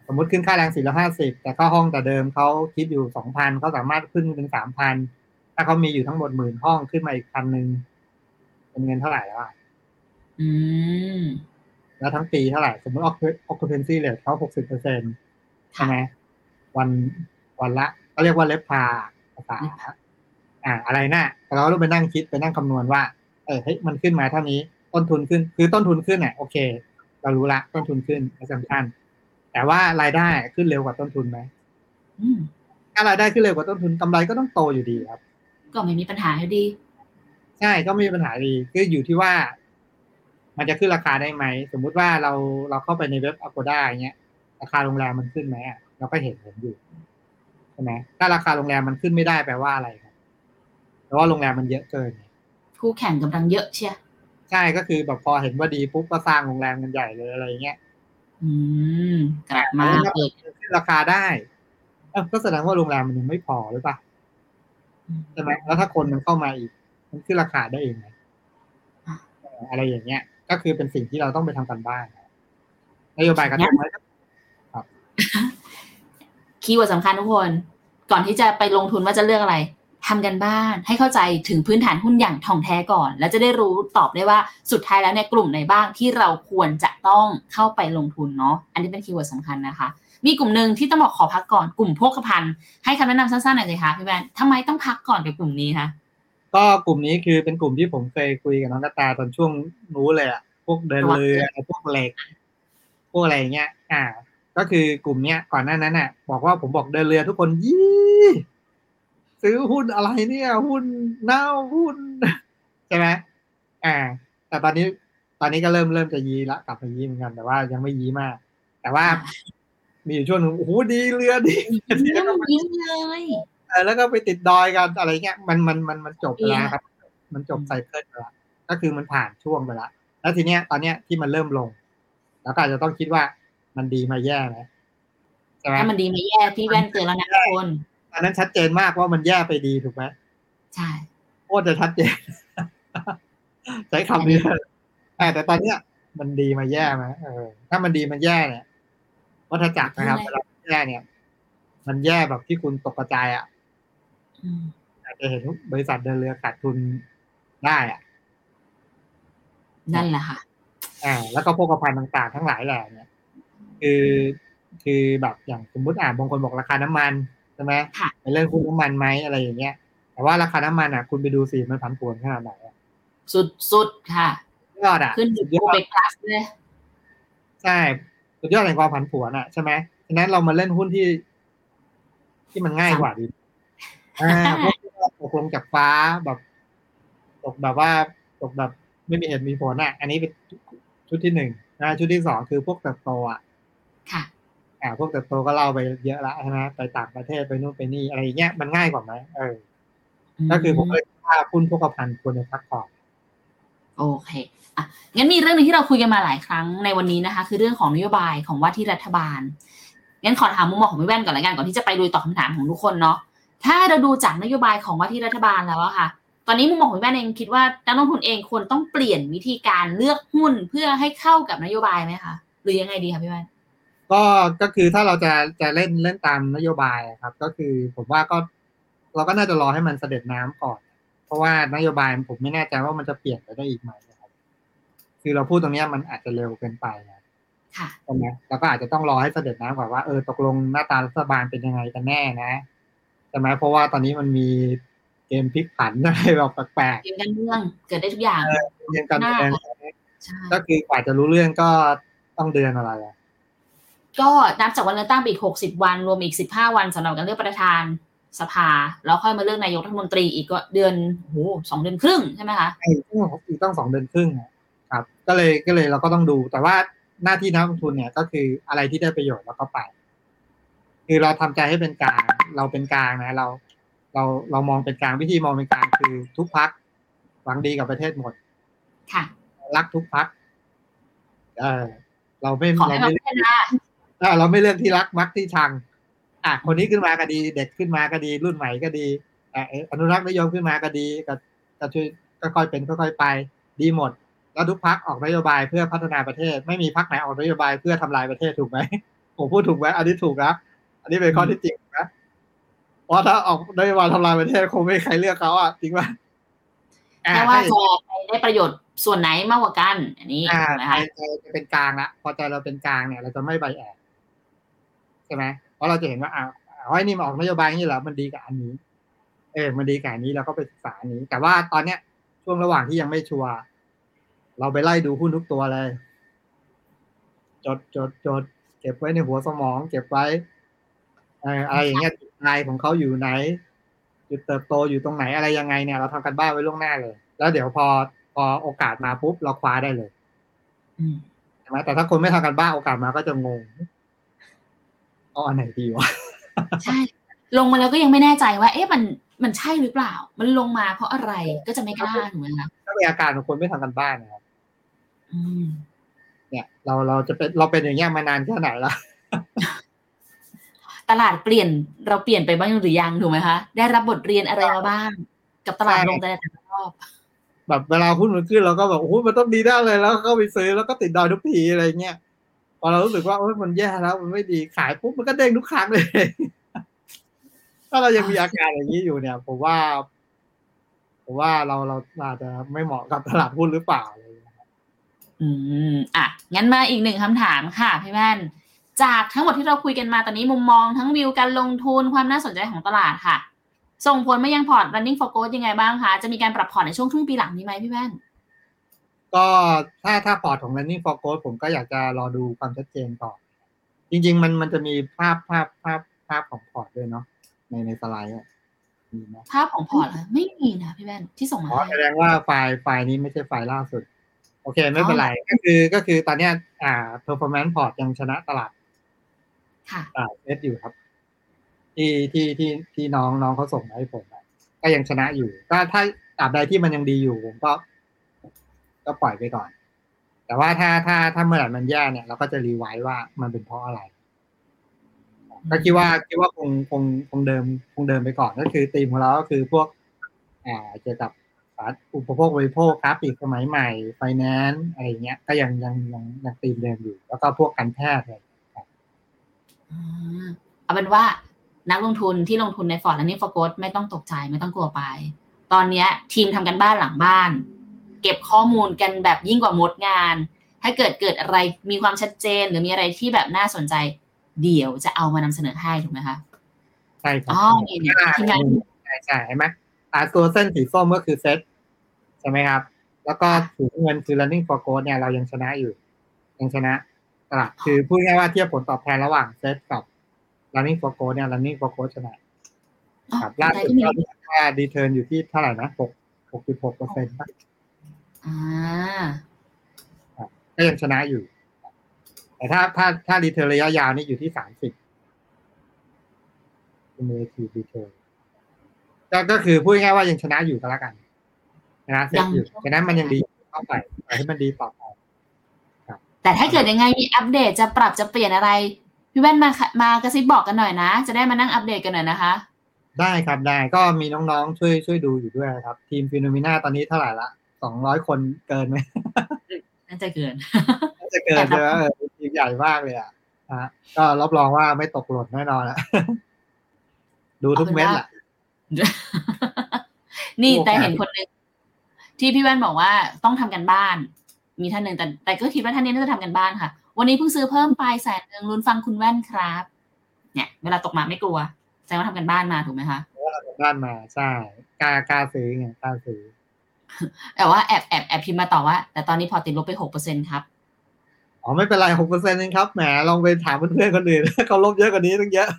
สมมุติขึ้นค่าแรงสี่ร้อยห้าสิบแต่ค่าห้องแต่เดิมเขาคิดอยู่ สองพัน เขาสามารถขึ้นเป็น สามพัน ถ้าเขามีอยู่ทั้งหมดหมื่นห้องขึ้นมาอีก หนึ่งพัน นึงเป็นเงินเท่าไหร่แล้วอ่ะอืมแล้วทั้งปีเท่าไหร่สมมติ occupancy rate เขา หกสิบเปอร์เซ็นต์ ใช่ไหมวันวันละก็เรียกว่าเลฟพาภาษาอ่าอะไรน่ะเราต้องไปนั่งคิดไปนั่งคำนวณว่าเออเฮ้ยมันขึ้นมาเท่านี้ต้นทุนขึ้นคือต้นทุนขึ้นอ่ะโอเคเรารู้ละต้นทุนขึ้นในสำคัญแต่ว่ารายได้ขึ้นเร็วกว่าต้นทุนไหมถ้ารายได้ขึ้นเร็วกว่าต้นทุนกำไรก็ต้องโตอยู่ดีครับก็ไม่มีปัญหาอยู่ดีใช่ก็ไม่มีปัญหาดีคืออยู่ที่ว่ามันจะขึ้นราคาได้ไหมสมมุติว่าเราเราเข้าไปในเว็บ Agoda อย่างเงี้ยราคาโรงแรมมันขึ้นไหมอ่ะเราก็เห็นเห็นอยู่ใช่ไหมถ้าราคาโรงแรมมันขึ้นไม่ได้แปลว่าอะไรครับเพราะว่าโรงแรมมันเยอะเกินคู่แข่งกำลังเยอะเชียใช่ก็คือแบบพอเห็นว่าดีปุ๊บก็สร้างโรงแรมกันใหญ่เลยอะไรเงี้ยอืมกลับมาเปิดขึ้นราคาได้เออก็แสดงว่าโรงแรมมันยังไม่พอหรือเปล่าใช่ไหมแล้วถ้าคนมันเข้ามาอีกมันขึ้นราคาได้เองไหมอะไรอย่างเงี้ยก็คือเป็นสิ่งที่เราต้องไปทำกันบ้างนโยบายกระตุ้นไหมครับคีย์เวิร์ดสำคัญทุกคนก่อนที่จะไปลงทุนว่าจะเลือกอะไรทำกันบ้านให้เข้าใจถึงพื้นฐานหุ้นอย่างท่องแท้ก่อนแล้วจะได้รู้ตอบได้ว่าสุดท้ายแล้วเนี่ยกลุ่มไหนบ้างที่เราควรจะต้องเข้าไปลงทุนเนาะอันนี้เป็นคีย์เวิร์ดสำคัญนะคะมีกลุ่มหนึ่งที่ต้องบอกขอพักก่อนกลุ่มโภคภัณฑ์ให้คำแนะนำสั้นๆหน่อยสิคะพี่แบนทำไมต้องพักก่อนกับกลุ่มนี้คะก็กลุ่มนี้คือเป็นกลุ่มที่ผมเคยคุยกับน้องกระตาตอนช่วงนู้นเลยอ่ะพวกเดินเรือพวกเหล็กพวกอะไรเงี้ยอ่าก็คือกลุ่มเนี้ยก่อนหน้านั้นน่ะบอกว่าผมบอกเดินเรือทุกคนยี่ซื้อหุ้นอะไรเนี่ยหุ้นเน่าหุ้นใช่ไหมอ่าแต่ตอนนี้ตอนนี้ก็เริ่มเริ่มจะยีละกลับมายีเหมือนกันแต่ว่ายังไม่ยีมากแต่ว่ามีอยู่ช่วงนึงโอ้โหดีเรือดีแล้วก็ยิ้มเลยแล้วก็ไปติดดอยกันอะไรเงี้ยมันมันมันมันจบไปแล้วครับมันจบไซเคิลไปแล้วก็คือมันผ่านช่วงไปแล้วแล้วทีเนี้ยตอนเนี้ยที่มันเริ่มลงแล้วก็อาจจะต้องคิดว่ามันดีมาแย่ไหมใช่ไหมถ้ามันดีมาแย่พี่แว่นเตือนแล้วนะทุกคนอันนั้นชัดเจนมากว่ามันแย่ไปดีถูกไหมใช่โคตรจะชัดเจนใช้คำนี้แต่ตอนเนี้ยมันดีมาแย่ไหมเออถ้ามันดีมันแย่เนี่ยวัฏจักรนะครับเวลาแย่เนี่ยมันแย่แบบที่คุณตกกระจายอ่ะอาจจะเห็นบริษัทเดินเรือขาดทุนได้อ่ะนั่นแหละค่ะอ่าแล้วก็พวกภัณฑ์ต่างๆทั้งหลายแหล่เนี่ยคือคือแบบอย่างสมมติอ่านบางคนบอกราคาน้ำมันใช่ไหมไปเรื่องหุ้นน้ำมันไหมอะไรอย่างเงี้ยแต่ว่าราคาน้ำมันอ่ะคุณไปดูสิมันผันผวนขนาดไหนสุดๆค่ะยอดอ่ะขึ้นอยู่โอเปกพลัสเลยใช่สุดยอดแห่งความผันผวนอ่ะใช่ไหมฉะนั้นเรามาเล่นหุ้นที่ที่มันง่ายกว่าดีอ่าพวกตกลงจากฟ้าแบบตกแบบว่าตกแบบไม่มีเหตุมีผลอ่ะอันนี้เป็นชุดที่หนึ่งนะชุดที่สองคือพวกเติบโตอ่ะค่ะอ่าพวกเติบโตก็เล่าไปเยอะแล้วใช่ไหมไปต่างประเทศไปนู่นไปนี่อะไรอย่างเงี้ยมันง่ายกว่าไหมเออก็คือผมเลยว่าหุ้นพวกพันควรจะพักก่อนโอเคอ่ะงั้นมีเรื่องนึงที่เราคุยกันมาหลายครั้งในวันนี้นะคะคือเรื่องของนโยบายของว่าที่รัฐบาลงั้นขอถามมุมมองของพี่แว่นก่อนละกันก่อนที่จะไปลุยตอบคำถามของทุกคนเนาะถ้าเราดูจากนโยบายของว่าที่รัฐบาลแล้วอะค่ะตอนนี้มุมมองของพี่แว่นเองคิดว่านักลงทุนเองควรต้องเปลี่ยนวิธีการเลือกหุ้นเพื่อให้เข้ากับนโยบายไหมคะหรือยังไงดีคะพี่แว่นก็ก็คือถ้าเราจะจะเล่นเล่นตามนโยบายครับก็คือผมว่าก็เราก็น่าจะรอให้มันเสด็จน้ำก่อนเพราะว่านโยบายผมไม่แน่ใจว่ามันจะเปลี่ยนไปได้อีกไหมครับคือเราพูดตรงนี้มันอาจจะเร็วเกินไปนะค่ะใช่ไหมเราก็อาจจะต้องรอให้เสด็จน้ำก่อนว่าเออตกลงหน้าตารัฐบาลเป็นยังไงกันแน่นะใช่ไหมเพราะว่าตอนนี้มันมีเกมพลิกผันอะไรแบบแปลกๆเกมการเมืองเกิดได้ทุกอย่างเกมการเมืองก็คือกว่าจะรู้เรื่องก็ต้องเดือนอะไรอ่ะก็นับจากวันเลือกตั้งอีกหกสิบวันรวมอีกสิบห้าวันสำหรับการเลือกประธานสภาแล้วค่อยมาเลือกนายกรัฐมนตรีอีกก็เดือนโหสองเดือนครึ่งใช่ไหมคะใช่อีกต้องสองเดือนครึ่งครับก็เลยก็เลยเราก็ต้องดูแต่ว่าหน้าที่นักลงทุนเนี่ยก็คืออะไรที่ได้ประโยชน์เราก็ไปคือเราทำใจให้เป็นกลางเราเป็นกลางนะเราเราเรามองเป็นกลางวิธีมองเป็นกลางคือทุกพรรคหวังดีกับประเทศหมดค่ะรักทุกพรรคเออเราไม่เราไม่เราไม่เลือกที่รักมักที่ชังอ่ะคนนี้ขึ้นมาก็ดีเด็กขึ้นมาก็ดีรุ่นใหม่ก็ดีอ่ะอนุรักษ์นิยมขึ้นมาก็ดีก็ก็ช่วยค่อยๆเป็นค่อยๆไปดีหมดแล้วทุกพรรคออกนโยบายเพื่อพัฒนาประเทศไม่มีพรรคไหนออกนโยบายเพื่อทำลายประเทศถูกไหมผมพูดถูกไหมอันนี้ถูกนะอันนี้เป็นข้อที่จริงนะเพราะถ้าออกนโยบายทำลายประเทศคงไม่มีใครเลือกเขาอ่ะจริงป่ะแค่ว่าจะได้ประโยชน์ส่วนไหนมากกว่ากันอันนี้นะคะจะเป็นกลางละพอใจเราเป็นกลางเนี่ยเราจะไม่ไบแอสใช่ไหมเพราะเราจะเห็นว่าอ่าไอ้นี่มาออกนโยบายนี้เหรอมันดีกับอันนี้เออมันดีกับอันนี้เราก็ไปศึกษาอันนี้แต่ว่าตอนเนี้ยช่วงระหว่างที่ยังไม่ชัวร์เราไปไล่ดูหุ้นทุกตัวเลยจดจดจดเก็บไว้ในหัวสมองเก็บไว้อะไรอย่างเงี้ยจุดขายของเขาอยู่ไหนจุดเติบโตอยู่ตรงไหนอะไรยังไงเนี่ยเราทำกันบ้านไว้ล่วงหน้าเลยแล้วเดี๋ยวพอพอโอกาสมาปุ๊บเราคว้าได้เลยใช่ไหมแต่ถ้าคนไม่ทำกันบ้านโอกาสมาก็จะงงเอาอันไหนดีวะใช่ลงมาแล้วก็ยังไม่แน่ใจว่าเอ๊ะมันมันใช่หรือเปล่ามันลงมาเพราะอะไรก็จะไม่กล้าถูกไหมคะถ้าเป็นอาการของคนไม่ทำกันบ้านนะครับเนี่ยเราเราจะเป็นเราเป็นอย่างเงี้ยมานานแค่ไหนละตลาดเปลี่ยนเราเปลี่ยนไปบ้างหรือยังถูกไหมคะได้รับบทเรียนอะไรมาบ้างกับตลาดลงแต่ละรอบแบบเวลาหุ้นมันขึ้นเราก็แบบโอ้โหมันต้องดีได้เลยแล้วก็ไปซื้อแล้วก็ติดดอยทุกทีอะไรเงี้ยพอเรารู้สึกว่าโอ้ยมันแย่แล้วมันไม่ดีขายปุ๊บมันก็เด้งทุกครั้งเลยถ้าเรายังมีอาการอย่างนี้อยู่เนี่ยผมว่าผมว่าเราเราอาจจะไม่เหมาะกับตลาดหุ้นหรือเปล่าอะไรอย่างเงี้ยอืมอ่ะงั้นมาอีกหนึ่งคำถามค่ะพี่แม่นจากทั้งหมดที่เราคุยกันมาตอนนี้มุมมองทั้งวิวการลงทุนความน่าสนใจของตลาดค่ะส่งผลมายังพอร์ต running for growth ยังไงบ้างคะจะมีการปรับพอร์ตในช่วงครึ่งปีหลังนี้ไหมพี่แม่นก็ถ้าถ้าพอร์ตของ running for growth ผมก็อยากจะรอดูความชัดเจนก่อนจริงๆมันมันจะมีภาพภาพภาพภาพของพอร์ตด้วยเนาะในในสไลด์อ่ะมีไหมภาพของพอร์ตไม่มีนะพี่แม่นที่ส่งมาให้แสดงว่าไฟล์ไฟล์นี้ไม่ใช่ไฟล์ล่าสุดโอเคไม่เป็นไรก็คือก็คือตอนนี้อ่า performance port ยังชนะตลาดค่ะอ่าเอสอยู่ครับที่ที่ที่ที่น้องน้องเขาส่งมาให้ผมก็ยังชนะอยู่ก็ถ้าตราบใดที่มันยังดีอยู่ผมก็ก็ปล่อยไปก่อนแต่ว่าถ้าถ้าถ้าเมื่อไหร่มันแย่เนี่ยเราก็จะรีไวซ์ว่ามันเป็นเพราะอะไรก็คิดว่าคิดว่าคงคงคงเดิมคงเดิมไปก่อนก็คือธีมของเราก็คือพวกอ่าเกี่ยวกับอุปโภคบริโภคค้าปลีกสมัยใหม่ไฟแนนซ์อะไรเงี้ยก็ยังยังยังยังธีมเดิมอยู่แล้วก็พวกการแพทย์อะไรเอาเป็นว่านักลงทุนที่ลงทุนใน Ford Running for Growth ไม่ต้องตกใจไม่ต้องกลัวไปตอนนี้ทีมทำกันบ้านหลังบ้านเก็บข้อมูลกันแบบยิ่งกว่ามดงานถ้าเกิดเกิดอะไรมีความชัดเจนหรือมีอะไรที่แบบน่าสนใจเดี๋ยวจะเอามานำเสนอให้ถูกไหมคะใช่ครับอ๋อนี่ทีมงานใช่ใช่ไหมอ่าตัวเส้นสีส้มก็คือเซ็ตใช่ไหมครับแล้วก็สีเงินคือ running for growth เนี่ยเรายังชนะอยู่ยังชนะตลาดคือพูดง่ายว่าเทียบผลตอบแทนระหว่างเซ็ตกับ running for growth เนี่ย running for growth ชนะครับล่าสุดก็ค่า return อยู่ที่เท่าไหร่นะหก หกจุดหกเปอร์เซ็นต์ ป่ะอ่าก็ยังชนะอยู่แต่ถ้าถ้าถ้า return ระยะยาวนี่อยู่ที่สามสิบ cumulative return ก็ก็คือพูดง่ายว่ายังชนะอยู่ก็แล้วกันนะเซ็ตอยู่ฉะนั้นมันยังดีเข้าไปแต่ให้มันดีต่อไปแต่ถ้าเกิดยังไงมีอัปเดตจะปรับจะเปลี่ยนอะไรพี่แว่นมามากระซิบบอกกันหน่อยนะจะได้มานั่งอัปเดตกันหน่อยนะคะได้ครับได้ก็มีน้องๆช่วยช่วยดูอยู่ด้วยครับทีมฟิโนเมนาตอนนี้เท่าไหร่ละสองร้อยคนเกินไหมน่าจะเกินน่าจะเกินเลยว่าทีมใหญ่มากเลยอ่ะฮะก็รับรองว่าไม่ตกหล่นแน่นอนอ่ะดูทุกเม็ดแหละนี่แต่เห็นคนนึงที่พี่แว่นบอกว่าต้องทำกันบ้านมีท่านหนึ่งแต่แต่ก็คิดว่าท่านนี้น่าจะทำกันบ้านค่ะวันนี้เพิ่งซื้อเพิ่มไปแสนนึงลุ้นฟังคุณแว่นครับเนี่ยเวลาตกมาไม่กลัวแสดงว่าทำกันบ้านมาถูกไหมคะว่าทำกันบ้านมาใช่กล้ากล้าซื้อไงกล้าซื้อแต่ว่าแอบแอบแอบพิมพ์มาต่อว่าแต่ตอนนี้พอติดลบไปหกเปอร์เซ็นต์ครับอ๋อไม่เป็นไรหกเปอร์เซ็นต์เองครับแหมลองไปถามเพื่อนๆคนอื่นเขาลบเยอะกว่านี้ตั้งเยอะ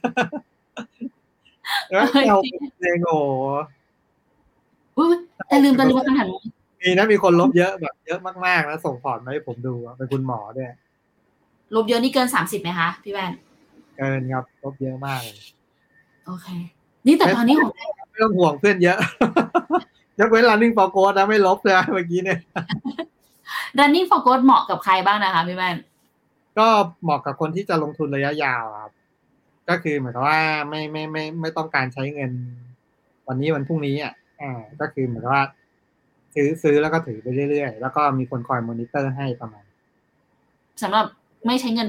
แล้วเราเองโอ้อุ้ยแต่ลืมแต่ลืมคำถามมีนะมีคนลบเยอะแบบเยอะมากๆแล้วส่งพอร์ตมาให้ผมดูเป็นคุณหมอด้วยลบเยอะนี่เกินสามสิบไหมคะพี่แว่นเกินครับลบเยอะมากเลยโอเคนี่แต่ตอนนี้ของไม่ต้องห่วงเพื่อนเยอะยกเว้น running for growth นะไม่ลบเลยเมื่อกี้เนี่ย running for growth เหมาะกับใครบ้างนะคะพี่แว่นก็เหมาะกับคนที่จะลงทุนระยะยาวครับก็คือเหมือนกับว่าไม่ไม่ไม่ไม่ต้องการใช้เงินวันนี้วันพรุ่งนี้อ่ะอ่าก็คือเหมือนว่าซื้อซื้อแล้วก็ถือไปเรื่อยๆแล้วก็มีคนคอยมอนิเตอร์ให้ประมาณสำหรับไม่ใช้เงินสัก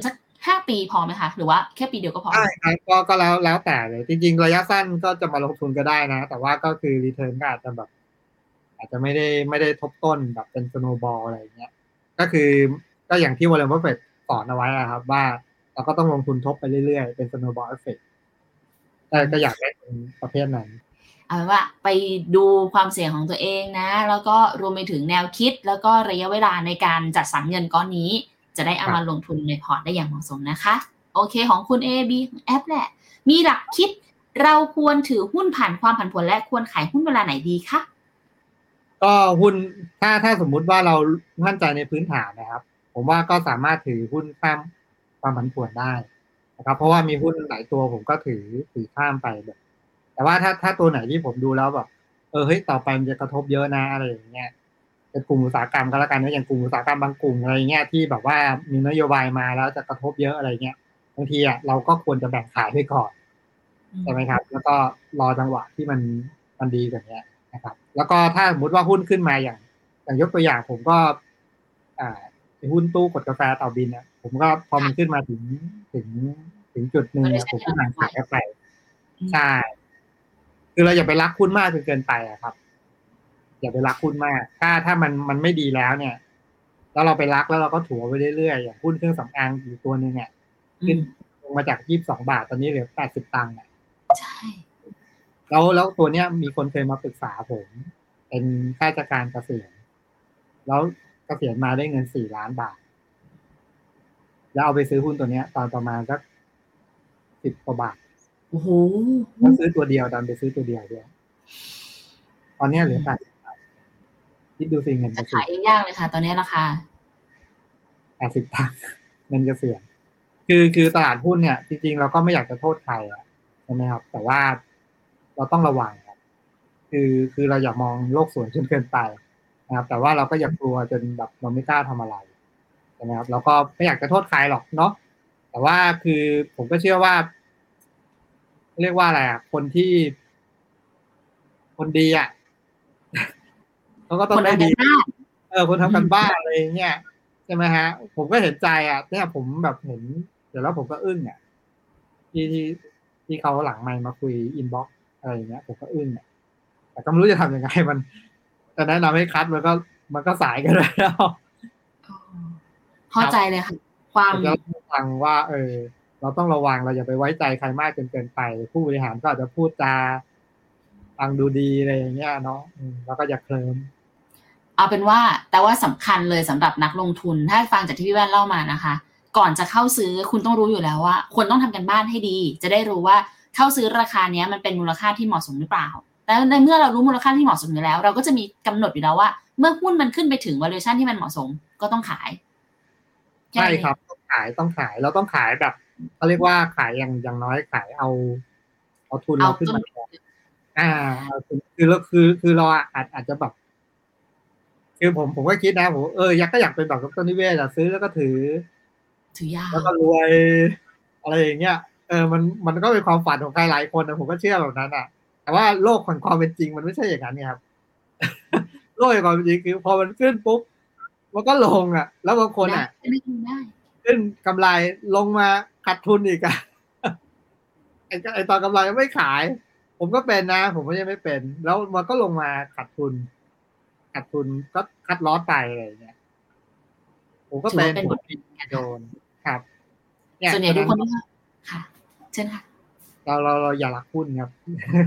ห้าปีพอไหมคะหรือว่าแค่ปีเดียวก็พอใช่ครับก็ก็แล้วแล้วแต่เลยจริงๆระยะสั้นก็จะมาลงทุนก็ได้นะแต่ว่าก็คือรีเทิร์นก็อาจจะแบบอาจจะไม่ได้ไม่ได้ทบต้นแบบเป็นสโนว์บอลอะไรอย่างเงี้ยก็คือก็อย่างที่วอร์เรน บัฟเฟตต์สอนเอาไว้ครับว่าเราก็ต้องลงทุนทบไปเรื่อยๆเป็นสโนว์บอลเอฟเฟคแต่ก็อยากได้เป็นประเภทนั้นเอาเป็นว่าไปดูความเสี่ยงของตัวเองนะแล้วก็รวมไปถึงแนวคิดแล้วก็ระยะเวลาในการจัดสรรเงินก้อนนี้จะได้เอามาลงทุนในพอร์ตได้อย่างเหมาะสมนะคะโอเคของคุณ A B แอปแหละมีหลักคิดเราควรถือหุ้นผ่านความผันผวนและควรขายหุ้นเวลาไหนดีคะก็หุ้นถ้าถ้าสมมุติว่าเรามั่นใจในพื้นฐานนะครับผมว่าก็สามารถถือหุ้นข้ามความผันผวนได้นะครับเพราะว่ามีหุ้นหลายตัวผมก็ถือถือข้ามไปแบบแต่ว่าถ้าถ้าตัวไหนที่ผมดูแล้วแบบเออเฮ้ยต่อไปมันจะกระทบเยอะนะอะไรอย่างเงี้ยเป็นกลุ่มอุตสาหกรรมก็แล้วกันนะอย่างกลุ่มอุตสาหกรรมบางกลุ่มอะไรเงี้ยที่แบบว่ามีนโยบายมาแล้วจะกระทบเยอะอะไรเงี้ยบางทีอ่ะเราก็ควรจะแบ่งขายไปก่อนใช่ไหมครับแล้วก็รอจังหวะที่มันมันดีกว่านี้นะครับแล้วก็ถ้าสมมติว่าหุ้นขึ้นมาอย่างอย่างยกตัวอย่างผมก็อ่าหุ้นตู้กดกาแฟเต่าบินเนี่ยผมก็พอมันขึ้นมาถึงถึงถึงจุดหนึ่งเนี่ยผมก็แบ่งขายไปใช่คือเราอย่าไปรักหุ้นมากจนเกินไปอะครับอย่าไปรักหุ้นมากถ้าถ้ามันมันไม่ดีแล้วเนี่ยแล้วเราไปรักแล้วเราก็ถัวไปเรื่อยๆอย่างหุ้นเครื่องสำอางอยู่ตัวนึงเนี่ยขึ้นลงมาจากยี่สิบสองบาทตอนนี้เหลือแปดสิบตังค์อ่ะใช่แล้วแล้วตัวเนี้ยมีคนเคยมาปรึกษาผมเป็นข้าราชการเกษียณแล้วเกษียณมาได้เงินสี่ล้านบาทแล้วเอาไปซื้อหุ้นตัวเนี้ยตอนประมาณสักสิบกว่าบาทโอ้โหแล้วซื้อตัวเดียวดันไปซื้อตัวเดียวด้วยตอนนี้เหลือแปดสิบบาทคิดดูสิเงินเกษียณขายยากเลยค่ะตอนนี้ราคาแปดสิบตังค์เงินเกษียณคือคือตลาดหุ้นเนี่ยจริงๆเราก็ไม่อยากจะโทษใครอ่ะใช่ไหมครับแต่ว่าเราต้องระวังครับคือคือเราอย่ามองโลกสวยจนเกินไปนะครับแต่ว่าเราก็อย่ากลัวจนแบบเราไม่กล้าทำอะไรใช่ไหมครับเราก็ไม่อยากจะโทษใครหรอกเนาะแต่ว่าคือผมก็เชื่อว่าเรียกว่าอะไรอ่ะคนที่คนดีอ่ะเขาก็ต้องได้ดีเออคนทำกันบ้านอะไรเงี้ยใช่ไหมฮะผมก็เห็นใจอ่ะเนี่ยผมแบบเห็นเดี๋ยวแล้วผมก็อึ้งอ่ะที่ที่ที่เขาหลังไมค์มาคุยอินบ็อกซ์อะไรอย่างเงี้ยผมก็อึ้งอ่ะแต่ก็ไม่รู้จะทำยังไงมันจะแนะนำให้คัดมันก็มันก็สายกันแล้วเข้าใจเลยค่ะความจะฟังว่าเออเราต้องระวังเราอย่าไปไว้ใจใครมากจนเกินไปผู้บริหารก็อาจจะพูดจาฟังดูดีอะไรอย่างเงี้ยเนาะแล้วก็อย่าเคลิ้มเอาเป็นว่าแต่ว่าสำคัญเลยสำหรับนักลงทุนถ้าฟังจากที่พี่แว่นเล่ามานะคะก่อนจะเข้าซื้อคุณต้องรู้อยู่แล้วว่าควรต้องทำกันบ้านให้ดีจะได้รู้ว่าเข้าซื้อราคาเนี้ยมันเป็นมูลค่าที่เหมาะสมหรือเปล่าแต่ในเมื่อเรารู้มูลค่าที่เหมาะสมอยู่แล้วเราก็จะมีกำหนดอยู่แล้วว่าเมื่อหุ้นมันขึ้นไปถึง valuation ที่มันเหมาะสมก็ต้องขายใช่ครับต้องขายต้องขายเราต้องขายแบบเขาเรียกว่าขายอย่างอย่างน้อยขายเอาเอาทุนเราขึ้นมาอ่าคือคือคือคือเราอาจอาจจะแบบคือผมผมก็คิดนะผมเอออยากก็อยากเป็นแบบดร.นิเวศน์ซื้อแล้วก็ถือถือยาวแล้วก็รวยอะไรอย่างเงี้ยเออมันมันก็เป็นความฝันของใครหลายคนนะผมก็เชื่อแบบนั้นอ่ะแต่ว่าโลกของความเป็นจริงมันไม่ใช่อย่างนั้นครับโลกของความเป็นจริงคือพอมันขึ้นปุ๊บมันก็ลงอ่ะแล้วบางคนอ่ะขึ้นกำไรลงมาขาดทุนอีกอ่ะไอ้ไอ้ตอนกำไรไม่ขายผมก็เป็นนะผมไม่ใช่ไม่เป็นแล้วมันก็ลงมาขาดทุนขาดทุนก็คัดลอสไปอะไรเงี้ยผมก็เป็นผมโดนครับส่วนใหญ่ทุกคนค่ะเช่นค่ะเราเราเราอย่ารักหุ้นครับ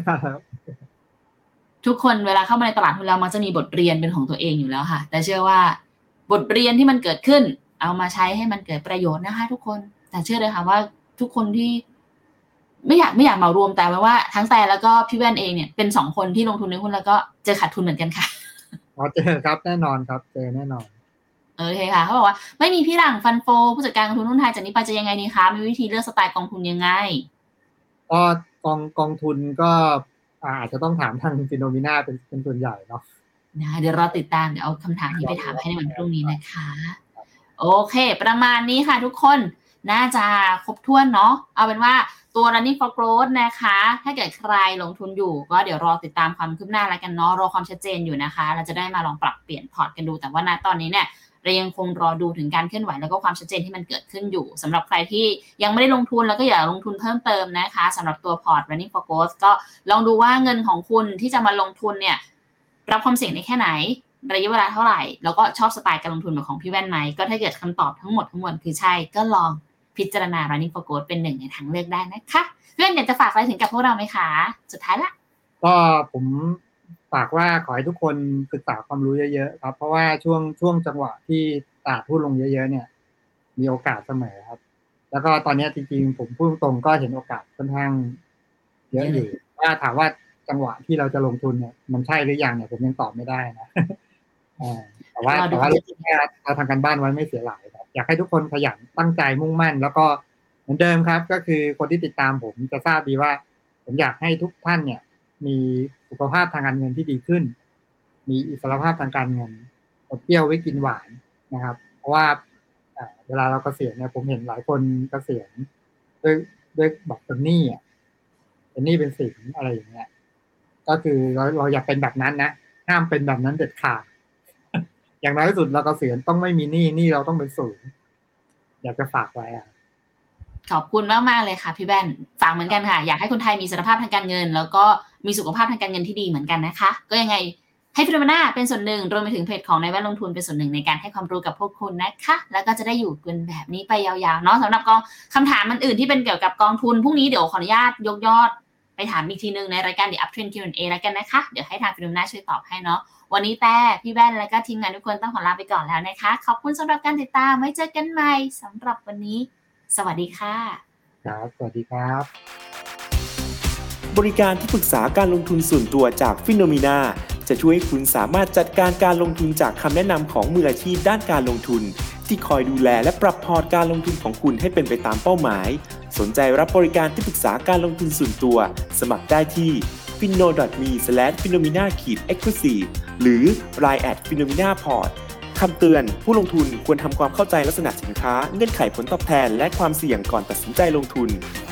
ทุกคนเวลาเข้ามาในตลาดหุ้นแล้วมันจะมีบทเรียนเป็นของตัวเองอยู่แล้วค่ะแต่เชื่อว่าบทเรียนที่มันเกิดขึ้นเอามาใช้ให้มันเกิดประโยชน์นะคะทุกคนแต่เชื่อเลยค่ะว่าทุกคนที่ไม่อยากไม่อยากเหมารวมแต่ว่าทั้งแต่แล้วก็พี่แว่นเองเนี่ยเป็นสองคนที่ลงทุนในหุ้นแล้วก็เจอขาดทุนเหมือนกันค่ะอ๋อเจอครับแน่นอนครับเจอแน่นอนโอเคค่ะเขาบอกว่าไม่มีพี่หลังฟันโฟผู้จัดการกองทุนหุ้นไทยจากนี้ไปจะยังไงดีคะมีวิธีเลือกสไตล์กองทุนยังไงก็กองกองทุนก็อาจจะต้องถามทางฟิโนมิน่าเป็นเป็นส่วนใหญ่เนาะนะเดี๋ยวรอติดตามเดี๋ยวเอาคำถามนี้ไปถามให้ในวันพรุ่งนี้นะคะโอเคประมาณนี้ค่ะทุกคนน่าจะครบถ้วนเนาะเอาเป็นว่าตัว running for growth นะคะถ้าเกิดใครลงทุนอยู่ก็เดี๋ยวรอติดตามความคืบหน้าแล้วกันเนาะรอความชัดเจนอยู่นะคะเราจะได้มาลองปรับเปลี่ยนพอร์ตกันดูแต่ว่าณตอนนี้เนี่ยเรายังคงรอดูถึงการเคลื่อนไหวแล้วก็ความชัดเจนที่มันเกิดขึ้นอยู่สำหรับใครที่ยังไม่ได้ลงทุนแล้วก็อยากลงทุนเพิ่มเติมนะคะสำหรับตัวพอร์ต Running for Growth ก็ลองดูว่าเงินของคุณที่จะมาลงทุนเนี่ยรับความเสี่ยงได้แค่ไหนระยะเวลาเท่าไหร่แล้วก็ชอบสไตล์การลงทุนแบบของพี่แว่นไหมก็ถ้าเกิดคำตอบทั้งหมดทั้งมวลคือใช่ก็ลองพิจารณา Running for Growth เป็นหนึ่งในทางเลือกได้นะคะพี่แว่นอยากจะฝากอะไรถึงกับพวกเราไหมคะสุดท้ายละก็ผมฝากว่าขอให้ทุกคนศึกษาความรู้เยอะๆครับเพราะว่าช่วงช่วงจังหวะที่ตลาดหุ้นลงเยอะๆเนี่ยมีโอกาสเสมอครับแล้วก็ตอนนี้จริงๆผมพูดตรงๆก็เห็นโอกาสค่อนข้างเยอะอยู่ว่าถามว่าจังหวะที่เราจะลงทุนเนี่ยมันใช่หรือยังเนี่ยผมยังตอบไม่ได้นะแต่ว่าแต่ว่าเราทำกันบ้านไว้ไม่เสียหลายครับอยากให้ทุกคนขยันตั้งใจมุ่งมั่นแล้วก็เหมือนเดิมครับก็คือคนที่ติดตามผมจะทราบดีว่าผมอยากให้ทุกท่านเนี่ยมีสุขภาพทางการเงินที่ดีขึ้นมีอิสรภาพทางการเงินอดเปรี้ยวไว้กินหวานนะครับเพราะว่าเวลาเราเกษียณเนี่ยผมเห็นหลายคนเกษียณด้วยด้วยแบบเป็นหนี้อ่ะเป็นหนี้เป็นสินอะไรอย่างเงี้ยก็คือเราเราอยากเป็นแบบนั้นนะห้ามเป็นแบบนั้นเด็ดขาดอย่างน้อยที่สุดเราเกษียณต้องไม่มีหนี้หนี้เราต้องเป็นศูนย์อยากจะฝากไว้อ่ะขอบคุณมากมากเลยค่ะพี่แบนฝากเหมือนกันค่ะอยากให้คนไทยมีอิสรภาพทางการเงินแล้วก็มีสุขภาพทางการเงินที่ดีเหมือนกันนะคะก็ยังไงให้ฟิโนเมนาเป็นส่วนหนึ่งรวมไปถึงเพจของนายแว่นลงทุนเป็นส่วนหนึ่งในการให้ความรู้กับพวกคุณนะคะแล้วก็จะได้อยู่กันแบบนี้ไปยาวๆเนาะสำหรับกองคำถามอื่นๆที่เป็นเกี่ยวกับกองทุนพรุ่งนี้เดี๋ยวขออนุญาตยกยอดไปถามอีกทีนึงในรายการ The Uptrend คิว แอนด์ เอ แล้วกันนะคะเดี๋ยวให้ทางฟิโนเมนาช่วยตอบให้เนาะวันนี้แต่พี่แว่นและก็ทีมงานทุกคนต้องขอลาไปก่อนแล้วนะคะขอบคุณสำหรับการติดตามไว้เจอกันใหม่สำหรับวันนี้สวัสดีค่ะครับสวัสดีครับบริการที่ปรึกษาการลงทุนส่วนตัวจากฟิโนเมนาจะช่วยให้คุณสามารถจัดการการลงทุนจากคำแนะนำของมืออาชีพด้านการลงทุนที่คอยดูแลและปรับพอร์ตการลงทุนของคุณให้เป็นไปตามเป้าหมายสนใจรับบริการที่ปรึกษาการลงทุนส่วนตัวสมัครได้ที่ ฟิโน ดอท มี สแลช ฟิโนเมนา เอ็กซ์คลูซีฟ หรือ ไลน์ แอท ฟิโนเมนา พอร์ต คำเตือนผู้ลงทุนควรทำความเข้าใจลักษณะสินค้าเงื่อนไขผลตอบแทนและความเสี่ยงก่อนตัดสินใจลงทุน